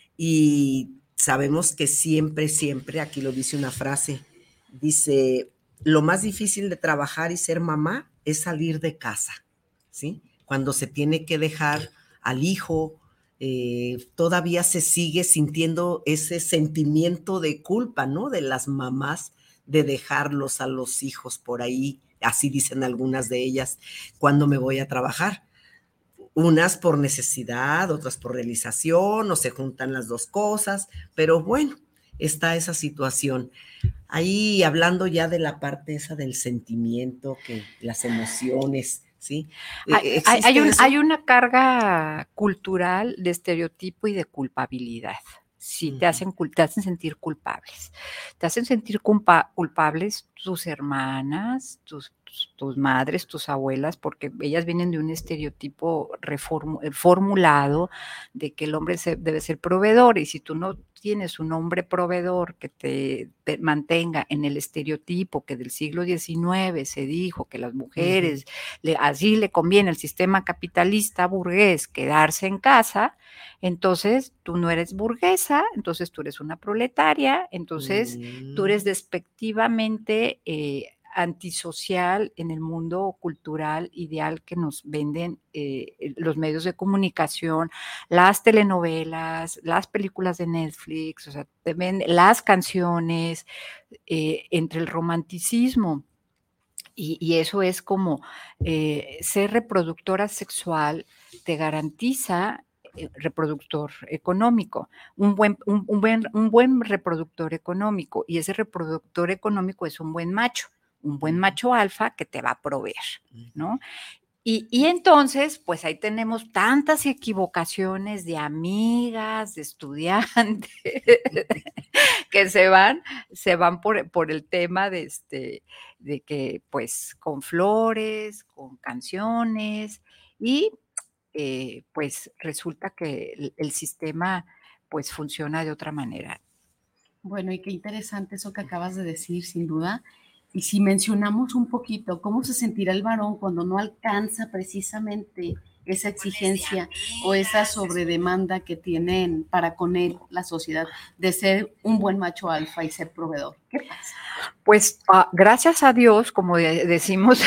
Y sabemos que siempre, siempre, aquí lo dice una frase, dice, lo más difícil de trabajar y ser mamá es salir de casa, ¿sí? Cuando se tiene que dejar al hijo, eh, todavía se sigue sintiendo ese sentimiento de culpa, ¿no? De las mamás, de dejarlos a los hijos por ahí, así dicen algunas de ellas, cuando me voy a trabajar. Unas por necesidad, otras por realización, o se juntan las dos cosas, pero bueno, está esa situación. Ahí hablando ya de la parte esa del sentimiento, que las emociones, ¿sí? Hay, hay, hay, un, hay una carga cultural de estereotipo y de culpabilidad. Sí, te hacen, te hacen sentir culpables. Te hacen sentir culpa, culpables tus hermanas, tus, tus, tus madres, tus abuelas, porque ellas vienen de un estereotipo reformu, formulado de que el hombre se, debe ser proveedor, y si tú no tienes un hombre proveedor que te, te mantenga en el estereotipo que del siglo diecinueve se dijo que las mujeres, uh-huh. le, así le conviene al sistema capitalista burgués quedarse en casa, entonces tú no eres burguesa, entonces tú eres una proletaria, entonces uh-huh. tú eres despectivamente eh, antisocial en el mundo cultural ideal que nos venden eh, los medios de comunicación, las telenovelas, las películas de Netflix, o sea, te venden las canciones, eh, entre el romanticismo y, y eso es como eh, ser reproductora sexual te garantiza reproductor económico, un buen, un, un, buen, un buen reproductor económico, y ese reproductor económico es un buen macho, un buen macho alfa que te va a proveer, ¿no? Y, y entonces, pues ahí tenemos tantas equivocaciones de amigas, de estudiantes, que se van, se van por, por el tema de, este, de que, pues, con flores, con canciones, y Eh, pues resulta que el, el sistema pues funciona de otra manera. Bueno, y qué interesante eso que acabas de decir, sin duda. Y si mencionamos un poquito cómo se sentirá el varón cuando no alcanza precisamente esa exigencia o esa sobredemanda que tienen para con él la sociedad de ser un buen macho alfa y ser proveedor. ¿Qué pasa? Pues uh, gracias a Dios, como de, decimos,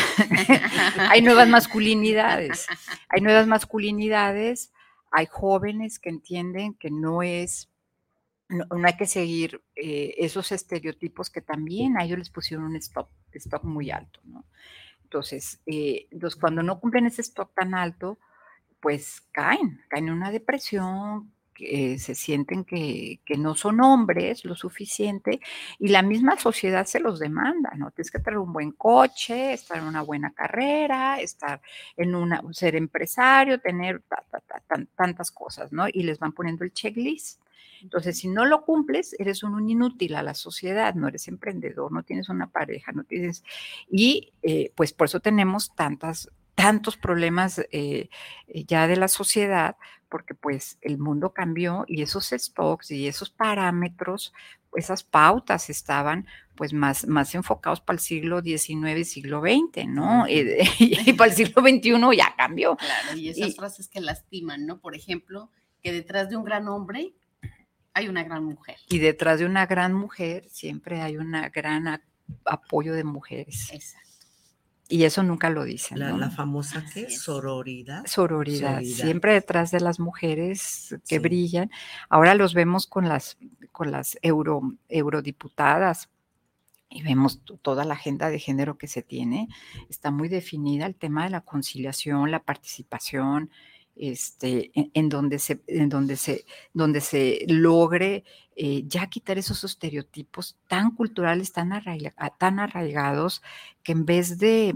hay nuevas masculinidades, hay nuevas masculinidades, hay jóvenes que entienden que no es, no, no hay que seguir eh, esos estereotipos que también a ellos les pusieron un stock, stock muy alto, ¿no? Entonces, eh, entonces, cuando no cumplen ese stock tan alto, pues caen, caen en una depresión, que se sienten que, que no son hombres lo suficiente, y la misma sociedad se los demanda, ¿no? Tienes que tener un buen coche, estar en una buena carrera, estar en una, ser empresario, tener ta, ta, ta, tan, tantas cosas, ¿no? Y les van poniendo el checklist. Entonces, si no lo cumples, eres un inútil a la sociedad, no eres emprendedor, no tienes una pareja, no tienes... Y eh, pues por eso tenemos tantas, tantos problemas eh, ya de la sociedad, porque pues el mundo cambió y esos stocks y esos parámetros, esas pautas estaban pues más, más enfocados para el siglo diecinueve, siglo veinte, ¿no? Uh-huh. Y, y para el siglo veintiuno ya cambió. Claro, y esas y, frases que lastiman, ¿no? Por ejemplo, que detrás de un gran hombre hay una gran mujer. Y detrás de una gran mujer siempre hay un gran a, apoyo de mujeres. Exacto. Y eso nunca lo dicen, La, ¿no? la famosa, ¿qué? Sororidad. Sororidad. Sororidad. Siempre detrás de las mujeres que sí. brillan. Ahora los vemos con las, con las euro, eurodiputadas y vemos toda la agenda de género que se tiene. Está muy definida el tema de la conciliación, la participación, este, en, en donde se, en donde se, donde se logre eh, ya quitar esos estereotipos tan culturales, tan, arraiga, tan arraigados, que en vez de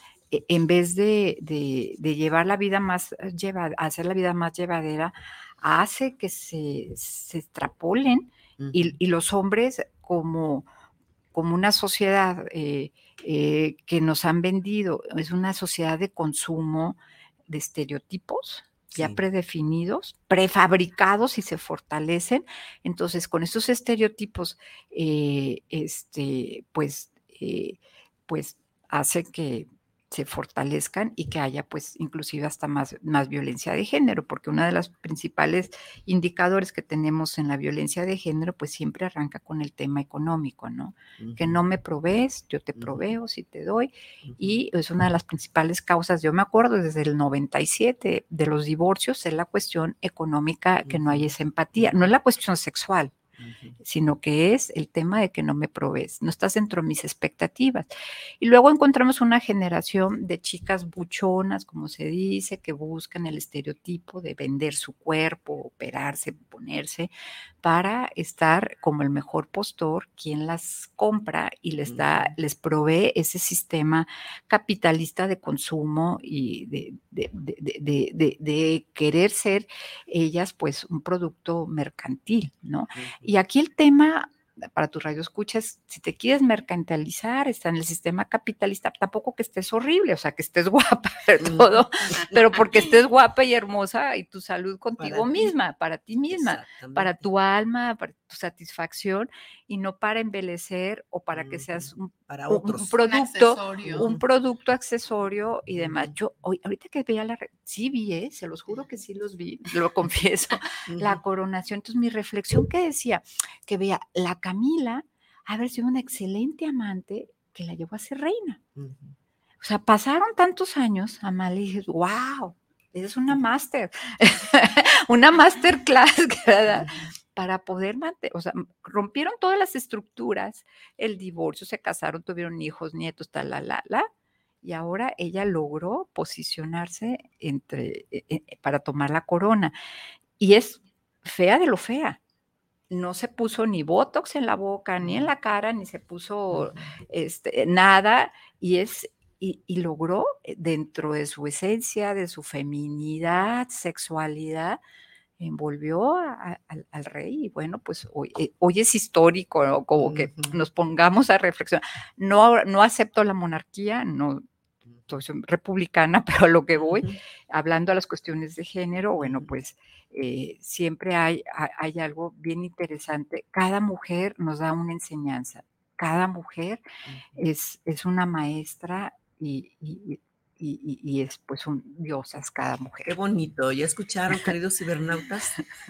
en vez de, de, de llevar la vida más lleva, hacer la vida más llevadera, hace que se, se extrapolen uh-huh. y, y los hombres como, como una sociedad eh, eh, que nos han vendido, es una sociedad de consumo de estereotipos sí. ya predefinidos, prefabricados y se fortalecen. Entonces, con estos estereotipos, eh, este, pues, eh, pues hace que se fortalezcan y que haya pues inclusive hasta más, más violencia de género, porque uno de los principales indicadores que tenemos en la violencia de género pues siempre arranca con el tema económico, ¿no? Uh-huh. Que no me provees, yo te proveo, uh-huh. si te doy, uh-huh. y es una de las principales causas, yo me acuerdo desde el noventa y siete de los divorcios, es la cuestión económica, uh-huh. que no hay esa empatía, no es la cuestión sexual, Uh-huh. sino que es el tema de que no me provees, no estás dentro de mis expectativas. Y luego encontramos una generación de chicas buchonas, como se dice, que buscan el estereotipo de vender su cuerpo, operarse, ponerse, para estar como el mejor postor, quien las compra y les da, uh-huh. les provee ese sistema capitalista de consumo y de, de, de, de, de, de querer ser ellas pues un producto mercantil, ¿no? Uh-huh. Y aquí el tema, para tus radioescuchas, si te quieres mercantilizar, está en el sistema capitalista, tampoco que estés horrible, o sea, que estés guapa, todo, pero porque estés guapa y hermosa y tu salud contigo para misma, ti. para ti misma, para tu alma, para tu satisfacción, y no para embellecer o para que seas un, para otros. un producto, un, un producto accesorio y demás. Yo hoy, ahorita que veía la, sí vi, ¿eh? Se los juro que sí los vi, lo confieso, la coronación. Entonces mi reflexión que decía, que veía la Camila haber sido una excelente amante que la llevó a ser reina. Uh-huh. O sea, pasaron tantos años, Amalia, y dices, wow, es una máster, una masterclass, ¿verdad? Para poder mantener, o sea, rompieron todas las estructuras, el divorcio, se casaron, tuvieron hijos, nietos, tal, la, la, la, y ahora ella logró posicionarse entre, eh, para tomar la corona. Y es fea de lo fea. No se puso ni botox en la boca, ni en la cara, ni se puso este, nada, y es y, y logró dentro de su esencia, de su feminidad, sexualidad, envolvió a, a, al, al rey. Y bueno, pues hoy, eh, hoy es histórico, ¿no? Como que uh-huh. nos pongamos a reflexionar. No, no acepto la monarquía, no soy republicana, pero a lo que voy, uh-huh. hablando a las cuestiones de género, bueno, pues eh, siempre hay, hay algo bien interesante. Cada mujer nos da una enseñanza, cada mujer uh-huh. es, es una maestra y, y, y, y es pues un diosas cada mujer. Qué bonito, ya escucharon, queridos cibernautas.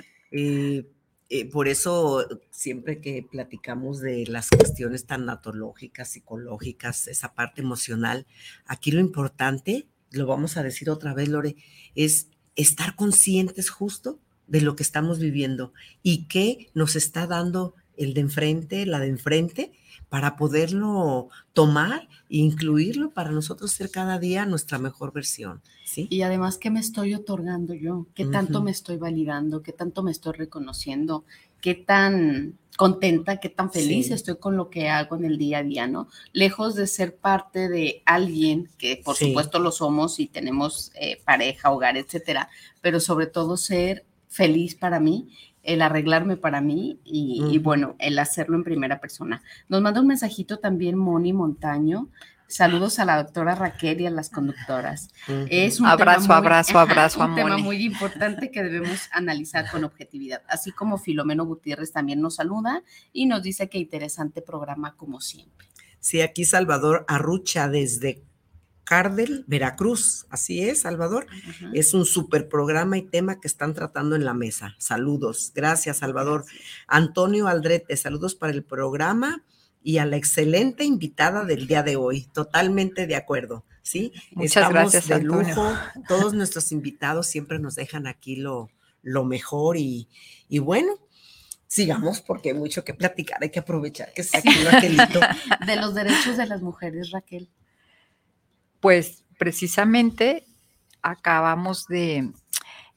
Eh, Eh, por eso siempre que platicamos de las cuestiones tanatológicas, psicológicas, esa parte emocional, aquí lo importante, lo vamos a decir otra vez, Lore, es estar conscientes justo de lo que estamos viviendo y qué nos está dando el de enfrente, la de enfrente, para poderlo tomar e incluirlo para nosotros ser cada día nuestra mejor versión, ¿sí? Y además, ¿qué me estoy otorgando yo? ¿Qué tanto uh-huh. me estoy validando? ¿Qué tanto me estoy reconociendo? ¿Qué tan contenta, qué tan feliz sí. estoy con lo que hago en el día a día, ¿no? Lejos de ser parte de alguien, que por sí. supuesto lo somos y tenemos eh, pareja, hogar, etcétera, pero sobre todo ser feliz para mí, el arreglarme para mí y, uh-huh. y bueno, el hacerlo en primera persona. Nos manda un mensajito también Moni Montaño. Saludos a la doctora Raquel y a las conductoras. Uh-huh. Es un abrazo, tema muy, abrazo, abrazo un a tema Moni. muy importante que debemos analizar con objetividad. Así como Filomeno Gutiérrez también nos saluda y nos dice que interesante programa como siempre. Sí, aquí Salvador Arrucha desde Cardel, Veracruz. Así es, Salvador. Uh-huh. Es un súper programa y tema que están tratando en la mesa. Saludos. Gracias, Salvador. Gracias. Antonio Aldrete, saludos para el programa y a la excelente invitada del día de hoy. Totalmente de acuerdo, ¿sí? Muchas Estamos gracias, de Antonio. lujo. Todos nuestros invitados siempre nos dejan aquí lo, lo mejor y, y bueno, sigamos porque hay mucho que platicar, hay que aprovechar que está aquí Raquelito. De los derechos de las mujeres, Raquel. Pues precisamente acabamos de,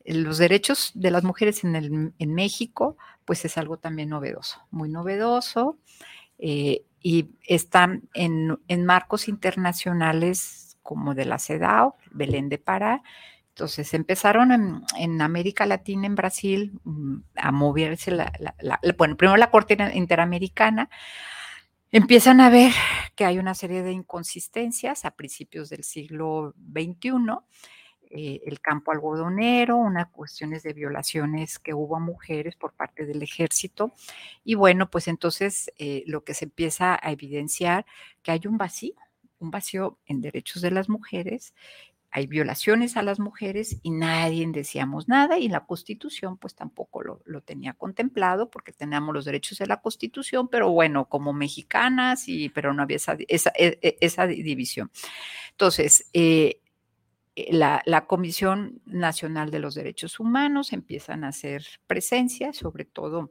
los derechos de las mujeres en, el, en México, pues es algo también novedoso, muy novedoso, eh, y están en, en marcos internacionales como de la CEDAW, Belén de Pará. Entonces empezaron en, en América Latina, en Brasil, a moverse, la, la, la, bueno, primero la Corte Interamericana. Empiezan a ver que hay una serie de inconsistencias a principios del siglo veintiuno, eh, el campo algodonero, unas cuestiones de violaciones que hubo a mujeres por parte del ejército, y bueno, pues entonces eh, lo que se empieza a evidenciar que hay un vacío, un vacío en derechos de las mujeres. Hay violaciones a las mujeres y nadie decíamos nada, y la Constitución pues tampoco lo, lo tenía contemplado, porque teníamos los derechos de la Constitución, pero bueno, como mexicanas, y, pero no había esa, esa, esa división. Entonces, eh, la, la Comisión Nacional de los Derechos Humanos empiezan a hacer presencia, sobre todo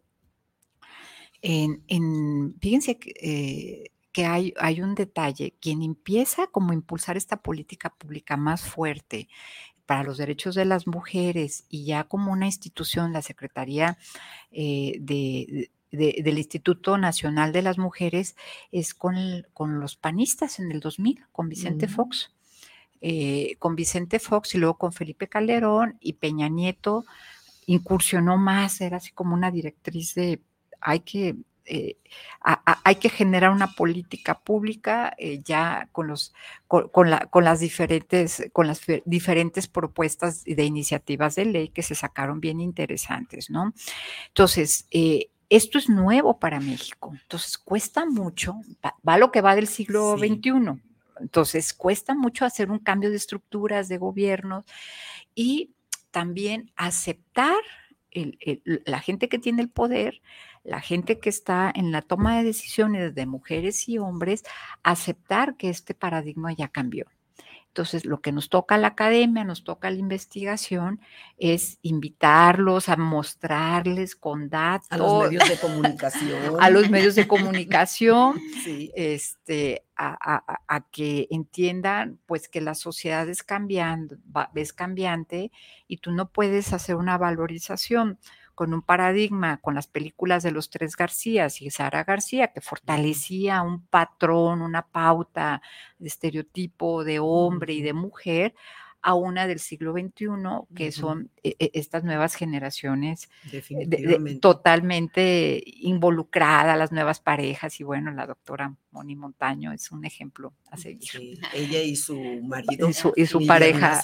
en, en fíjense que... Eh, que hay, hay un detalle, quien empieza como a impulsar esta política pública más fuerte para los derechos de las mujeres, y ya como una institución, la Secretaría eh, de, de, del Instituto Nacional de las Mujeres, es con, con los panistas en el dos mil, con Vicente uh-huh. Fox. Eh, con Vicente Fox y luego con Felipe Calderón, y Peña Nieto incursionó más, era así como una directriz de hay que... Eh, a, a, hay que generar una política pública eh, ya con los con, con, la, con las diferentes con las diferentes propuestas de iniciativas de ley que se sacaron bien interesantes, ¿no? Entonces, eh, esto es nuevo para México, entonces cuesta mucho, va, va lo que va del siglo sí. veintiuno, entonces cuesta mucho hacer un cambio de estructuras de gobierno y también aceptar el, el, la gente que tiene el poder, la gente que está en la toma de decisiones de mujeres y hombres, aceptar que este paradigma ya cambió. Entonces, lo que nos toca a la academia, nos toca a la investigación, es invitarlos a mostrarles con datos. A los medios de comunicación. A los medios de comunicación, sí. este, a, a, a que entiendan pues que la sociedad es cambiando, es cambiante, y tú no puedes hacer una valorización con un paradigma, con las películas de los tres Garcías y Sara García, que fortalecía un patrón, una pauta de estereotipo de hombre y de mujer, a una del siglo veintiuno, que uh-huh. son eh, estas nuevas generaciones de, de, totalmente involucradas, las nuevas parejas, y bueno, la doctora Moni Montaño es un ejemplo a seguir. Sí, ella y su marido. Y su, y su pareja,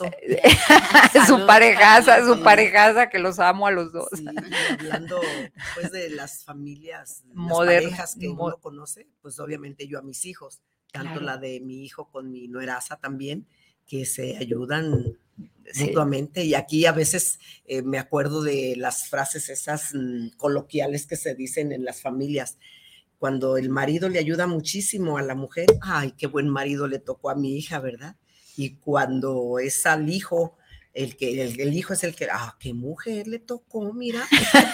su parejaza, su parejaza, que los amo a los dos. Sí, hablando pues de las familias, Moderna, las parejas que uno conoce, pues obviamente yo a mis hijos, tanto claro. la de mi hijo con mi nueraza también, que se ayudan sí. mutuamente, y aquí a veces eh, me acuerdo de las frases esas mmm, coloquiales que se dicen en las familias, cuando el marido le ayuda muchísimo a la mujer, ay, qué buen marido le tocó a mi hija, ¿verdad? Y cuando es al hijo, el que el, el hijo es el que, ah, qué mujer le tocó, mira.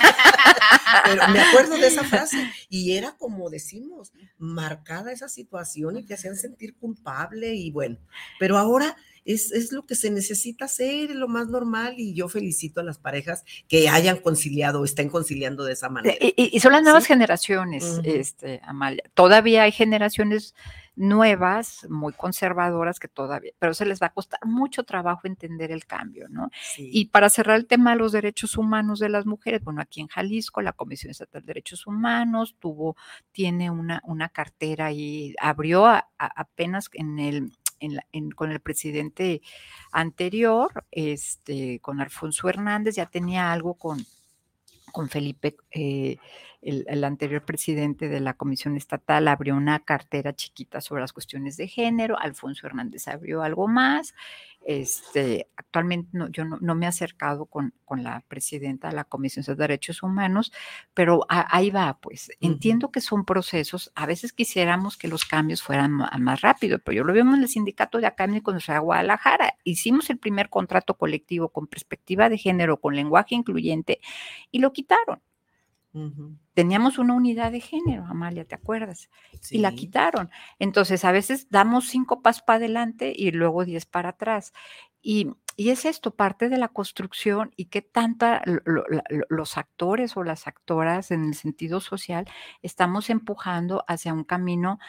Pero me acuerdo de esa frase, y era como decimos, marcada esa situación, y te hacían sentir culpable, y bueno, pero ahora es, es lo que se necesita hacer, es lo más normal, y yo felicito a las parejas que hayan conciliado, estén conciliando de esa manera. Y, y son las nuevas ¿sí? generaciones, uh-huh. este, Amalia, todavía hay generaciones nuevas, muy conservadoras, que todavía, pero se les va a costar mucho trabajo entender el cambio, ¿no? Sí. Y para cerrar el tema de los derechos humanos de las mujeres, bueno, aquí en Jalisco la Comisión Estatal de Derechos Humanos tuvo, tiene una, una cartera y abrió a, a, apenas en el, en la, en, con el presidente anterior, este, con Alfonso Hernández, ya tenía algo con, con Felipe, eh, El, el anterior presidente de la Comisión Estatal abrió una cartera chiquita sobre las cuestiones de género, Alfonso Hernández abrió algo más, este, actualmente no, yo no, no me he acercado con, con la presidenta de la Comisión de Derechos Humanos, pero a, ahí va, pues, uh-huh. entiendo que son procesos, a veces quisiéramos que los cambios fueran más rápido, pero yo lo vimos en el Sindicato de Académicos de Guadalajara, hicimos el primer contrato colectivo con perspectiva de género, con lenguaje incluyente, y lo quitaron. Uh-huh. Teníamos una unidad de género, Amalia, ¿te acuerdas? Sí. Y la quitaron. Entonces, a veces damos cinco pasos para adelante y luego diez para atrás. Y, y es esto, parte de la construcción y qué tanta lo, lo, los actores o las actoras en el sentido social estamos empujando hacia un camino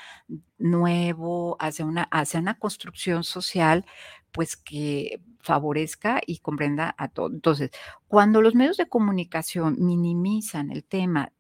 nuevo, hacia una, hacia una construcción social, pues que favorezca y comprenda a todos. Entonces, cuando los medios de comunicación minimizan el tema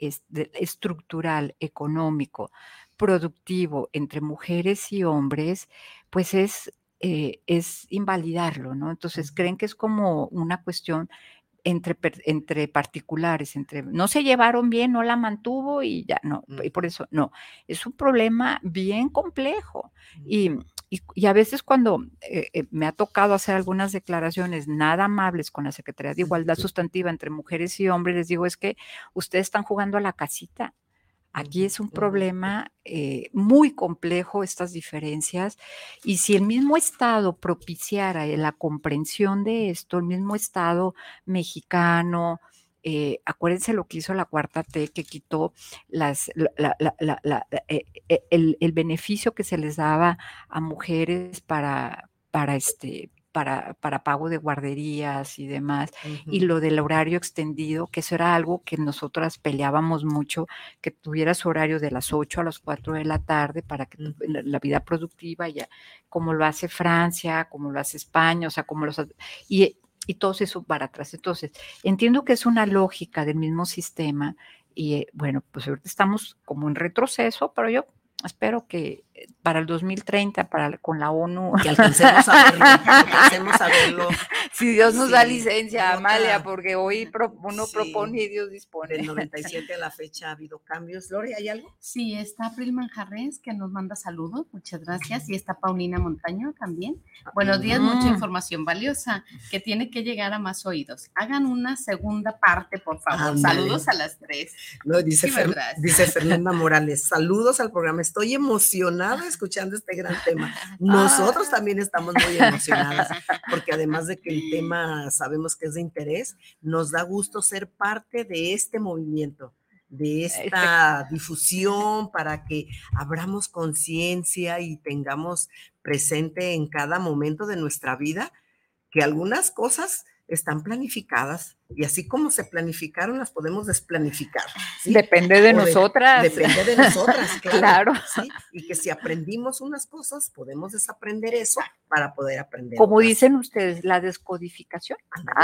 estructural, económico, productivo entre mujeres y hombres, pues es Eh, es invalidarlo, ¿no? Entonces creen que es como una cuestión entre, entre particulares, entre no se llevaron bien, no la mantuvo y ya, no, y por eso, no, es un problema bien complejo. Y, y, y a veces cuando eh, eh, me ha tocado hacer algunas declaraciones nada amables con la Secretaría de Igualdad Sustantiva entre mujeres y hombres, les digo, es que ustedes están jugando a la casita. Aquí es un problema eh, muy complejo, estas diferencias, y si el mismo Estado propiciara la comprensión de esto, el mismo Estado mexicano, eh, acuérdense lo que hizo la Cuarta T, que quitó las, la, la, la, la, eh, el, el beneficio que se les daba a mujeres para, para este... Para, para pago de guarderías y demás, uh-huh. Y lo del horario extendido, que eso era algo que nosotras peleábamos mucho, que tuviera su horario de las ocho a las cuatro de la tarde para que uh-huh. la, la vida productiva, ya como lo hace Francia, como lo hace España, o sea, como los... Y, y todo eso para atrás. Entonces, entiendo que es una lógica del mismo sistema y, eh, bueno, pues ahorita estamos como en retroceso, pero yo espero que para el dos mil treinta, para, con la ONU... Que alcancemos a verlo, que alcancemos a verlo. Si Dios nos sí, da licencia, nota, Amalia, porque hoy pro, uno sí, propone y Dios dispone. Del noventa y siete a la fecha ha habido cambios. Lore, ¿hay algo? Sí, está April Manjarres, que nos manda saludos, muchas gracias, y está Paulina Montaño también. Buenos días, mm. mucha información valiosa que tiene que llegar a más oídos. Hagan una segunda parte, por favor. Ah, saludos vale. a las tres. No, dice, sí, Fer, dice Fernanda Morales, saludos al programa, estoy emocionada escuchando este gran tema. Nosotros ah. también estamos muy emocionadas, porque además de que el tema sabemos que es de interés, nos da gusto ser parte de este movimiento, de esta difusión para que abramos conciencia y tengamos presente en cada momento de nuestra vida que algunas cosas están planificadas y así como se planificaron las podemos desplanificar. ¿Sí? Depende de, de nosotras. Depende de nosotras, claro. claro. ¿Sí? Y que si aprendimos unas cosas, podemos desaprender eso para poder aprender Como otras. Dicen ustedes, la descodificación.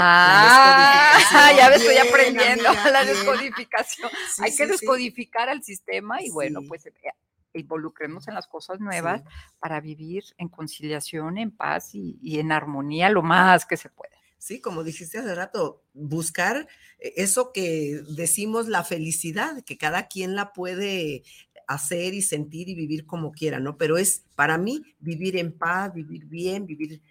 Ah, la descodificación. Ya me estoy bien, aprendiendo amiga, la bien. descodificación. Sí, Hay sí, que sí. descodificar al sistema y Sí. bueno, pues involucremos en las cosas nuevas Sí. para vivir en conciliación, en paz y, y en armonía lo más que se pueda. Sí, como dijiste hace rato, buscar eso que decimos la felicidad, que cada quien la puede hacer y sentir y vivir como quiera, ¿no? Pero es para mí vivir en paz, vivir bien, vivir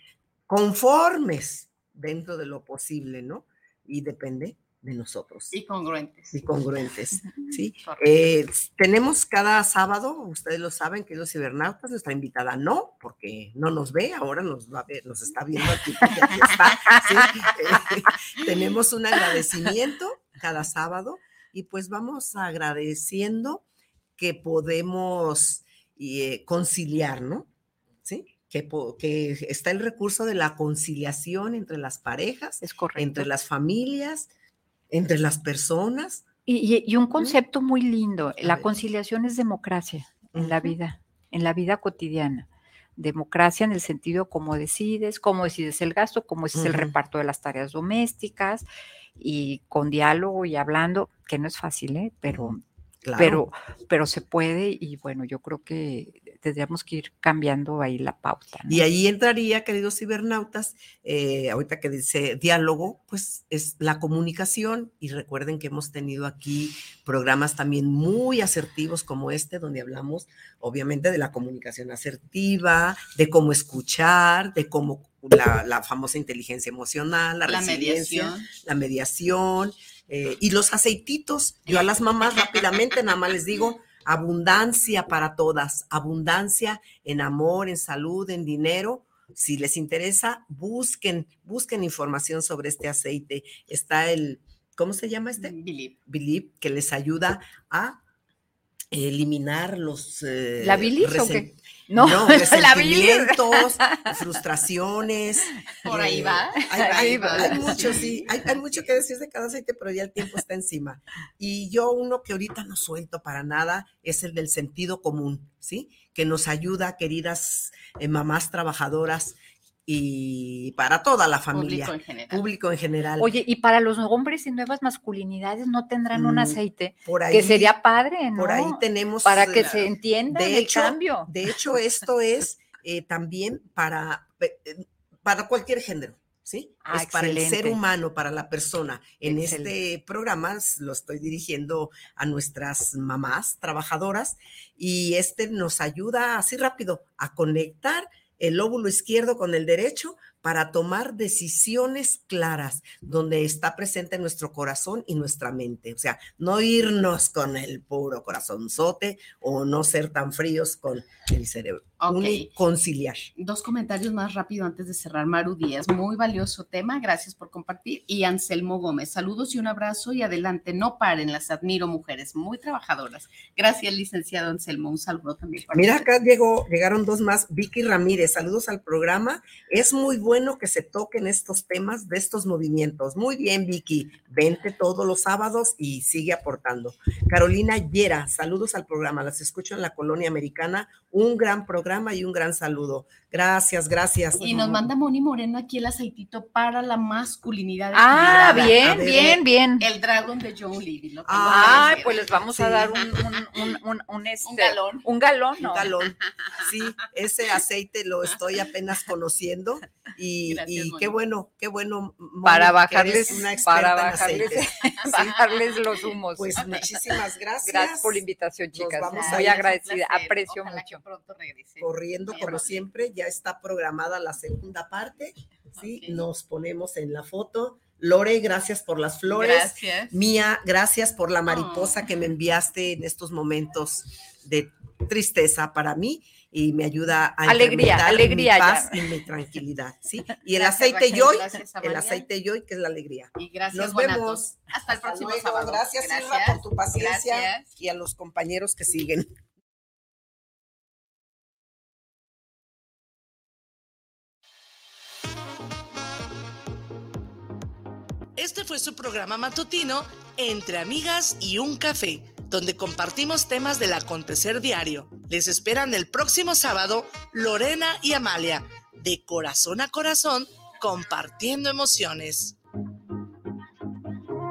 conformes dentro de lo posible, ¿no? Y depende de nosotros. Y congruentes. Y congruentes, ¿sí? Eh, tenemos cada sábado, ustedes lo saben, que los cibernautas, nuestra invitada no, porque no nos ve, ahora nos va a ver, nos está viendo aquí, porque aquí está, ¿sí? Eh, tenemos un agradecimiento cada sábado y pues vamos agradeciendo que podemos eh, conciliar, ¿no? ¿Sí? Que, que está el recurso de la conciliación entre las parejas, es correcto. Entre las familias, entre las personas. Y, y, y un concepto muy lindo, la conciliación es democracia en uh-huh. la vida, en la vida cotidiana. Democracia en el sentido cómo decides, cómo decides el gasto, cómo es uh-huh. el reparto de las tareas domésticas y con diálogo y hablando, que no es fácil, ¿eh? Pero, claro. pero, pero se puede y bueno, yo creo que tendríamos que ir cambiando ahí la pauta, ¿no? Y ahí entraría, queridos cibernautas, eh, ahorita que dice diálogo, pues es la comunicación y recuerden que hemos tenido aquí programas también muy asertivos como este, donde hablamos obviamente de la comunicación asertiva, de cómo escuchar, de cómo la, la famosa inteligencia emocional, la, la resiliencia, mediación. la mediación, eh, y los aceititos. Yo a las mamás rápidamente nada más les digo, abundancia para todas, abundancia en amor, en salud, en dinero. Si les interesa, busquen, busquen información sobre este aceite. Está el, ¿cómo se llama este? Believe. Believe, que les ayuda a eliminar los... Eh, ¿La bilis resen- o qué? No, no la bilis. resentimientos, frustraciones. Por ahí eh, va. Hay, Ahí hay- va. hay mucho, sí. Hay, hay mucho que decir de cada aceite, pero ya el tiempo está encima. Y yo uno que ahorita no suelto para nada es el del sentido común, ¿sí? Que nos ayuda, queridas eh, mamás trabajadoras, y para toda la familia. Público en general. Público en general. Oye, y para los hombres y nuevas masculinidades no tendrán un Mm, aceite por ahí- que sería padre, ¿no? Por ahí tenemos... Para que eh, se entienda de el hecho, cambio. De hecho, esto es eh, también para, eh, para cualquier género, ¿sí? Ah, es para el ser excelente. humano, para la persona. En Excelente. este programa lo estoy dirigiendo a nuestras mamás trabajadoras y este nos ayuda así rápido a conectar el lóbulo izquierdo con el derecho para tomar decisiones claras, donde está presente nuestro corazón y nuestra mente. O sea, no irnos con el puro corazonzote o no ser tan fríos con el cerebro. Ok. Uni- conciliar. Dos comentarios más rápido antes de cerrar. Maru Díaz, muy valioso tema, gracias por compartir. Y Anselmo Gómez, saludos y un abrazo y adelante, no paren, las admiro, mujeres muy trabajadoras. Gracias, licenciado Anselmo, un saludo también para Mira, usted. acá llegó, llegaron dos más. Vicky Ramírez, saludos al programa. Es muy bueno que se toquen estos temas de estos movimientos. Muy bien, Vicky. Vente todos los sábados y sigue aportando. Carolina Yera, saludos al programa. Las escucho en la Colonia Americana. Un gran programa y un gran saludo. Gracias, gracias. Y nos manda Moni Moreno aquí el aceitito para la masculinidad. Ah, equilibrada. bien, A ver, bien, bien. El Dragon de John Levy. Lo tengo Ay, que pues ver. les vamos a Sí. dar un, un, un, un, un, este, Un galón. Un galón, ¿no? Un galón. Sí, ese aceite lo estoy apenas conociendo y, Gracias, y Moni. qué bueno, qué bueno. Moni, Para que bajarles, eres una experta para en bajarles, aceites. bajarles los humos. Pues muchísimas gracias. Gracias por la invitación, Nos chicas. vamos a Muy ir. agradecida, placer. aprecio Ojalá mucho. que pronto regrese. Corriendo como Pronto. siempre, ya está programada la segunda parte, ¿sí? Ok. Nos ponemos en la foto. Lore, gracias por las flores. Gracias. Mía, gracias por la mariposa que me enviaste en estos momentos de tristeza para mí y me ayuda a Alegría, incrementar alegría mi ya. paz y mi tranquilidad, ¿sí? Y el Gracias, aceite Raquel, Joy, gracias, el Amalia. aceite Joy, que es la alegría. Y gracias, Nos Guanatos. vemos. Hasta el Hasta próximo luego. sábado. Gracias, Irra, por tu paciencia Gracias. y a los compañeros que siguen. Este fue su programa matutino Entre Amigas y un Café, donde compartimos temas del acontecer diario. Les esperan el próximo sábado Lorena y Amalia, de corazón a corazón, compartiendo emociones.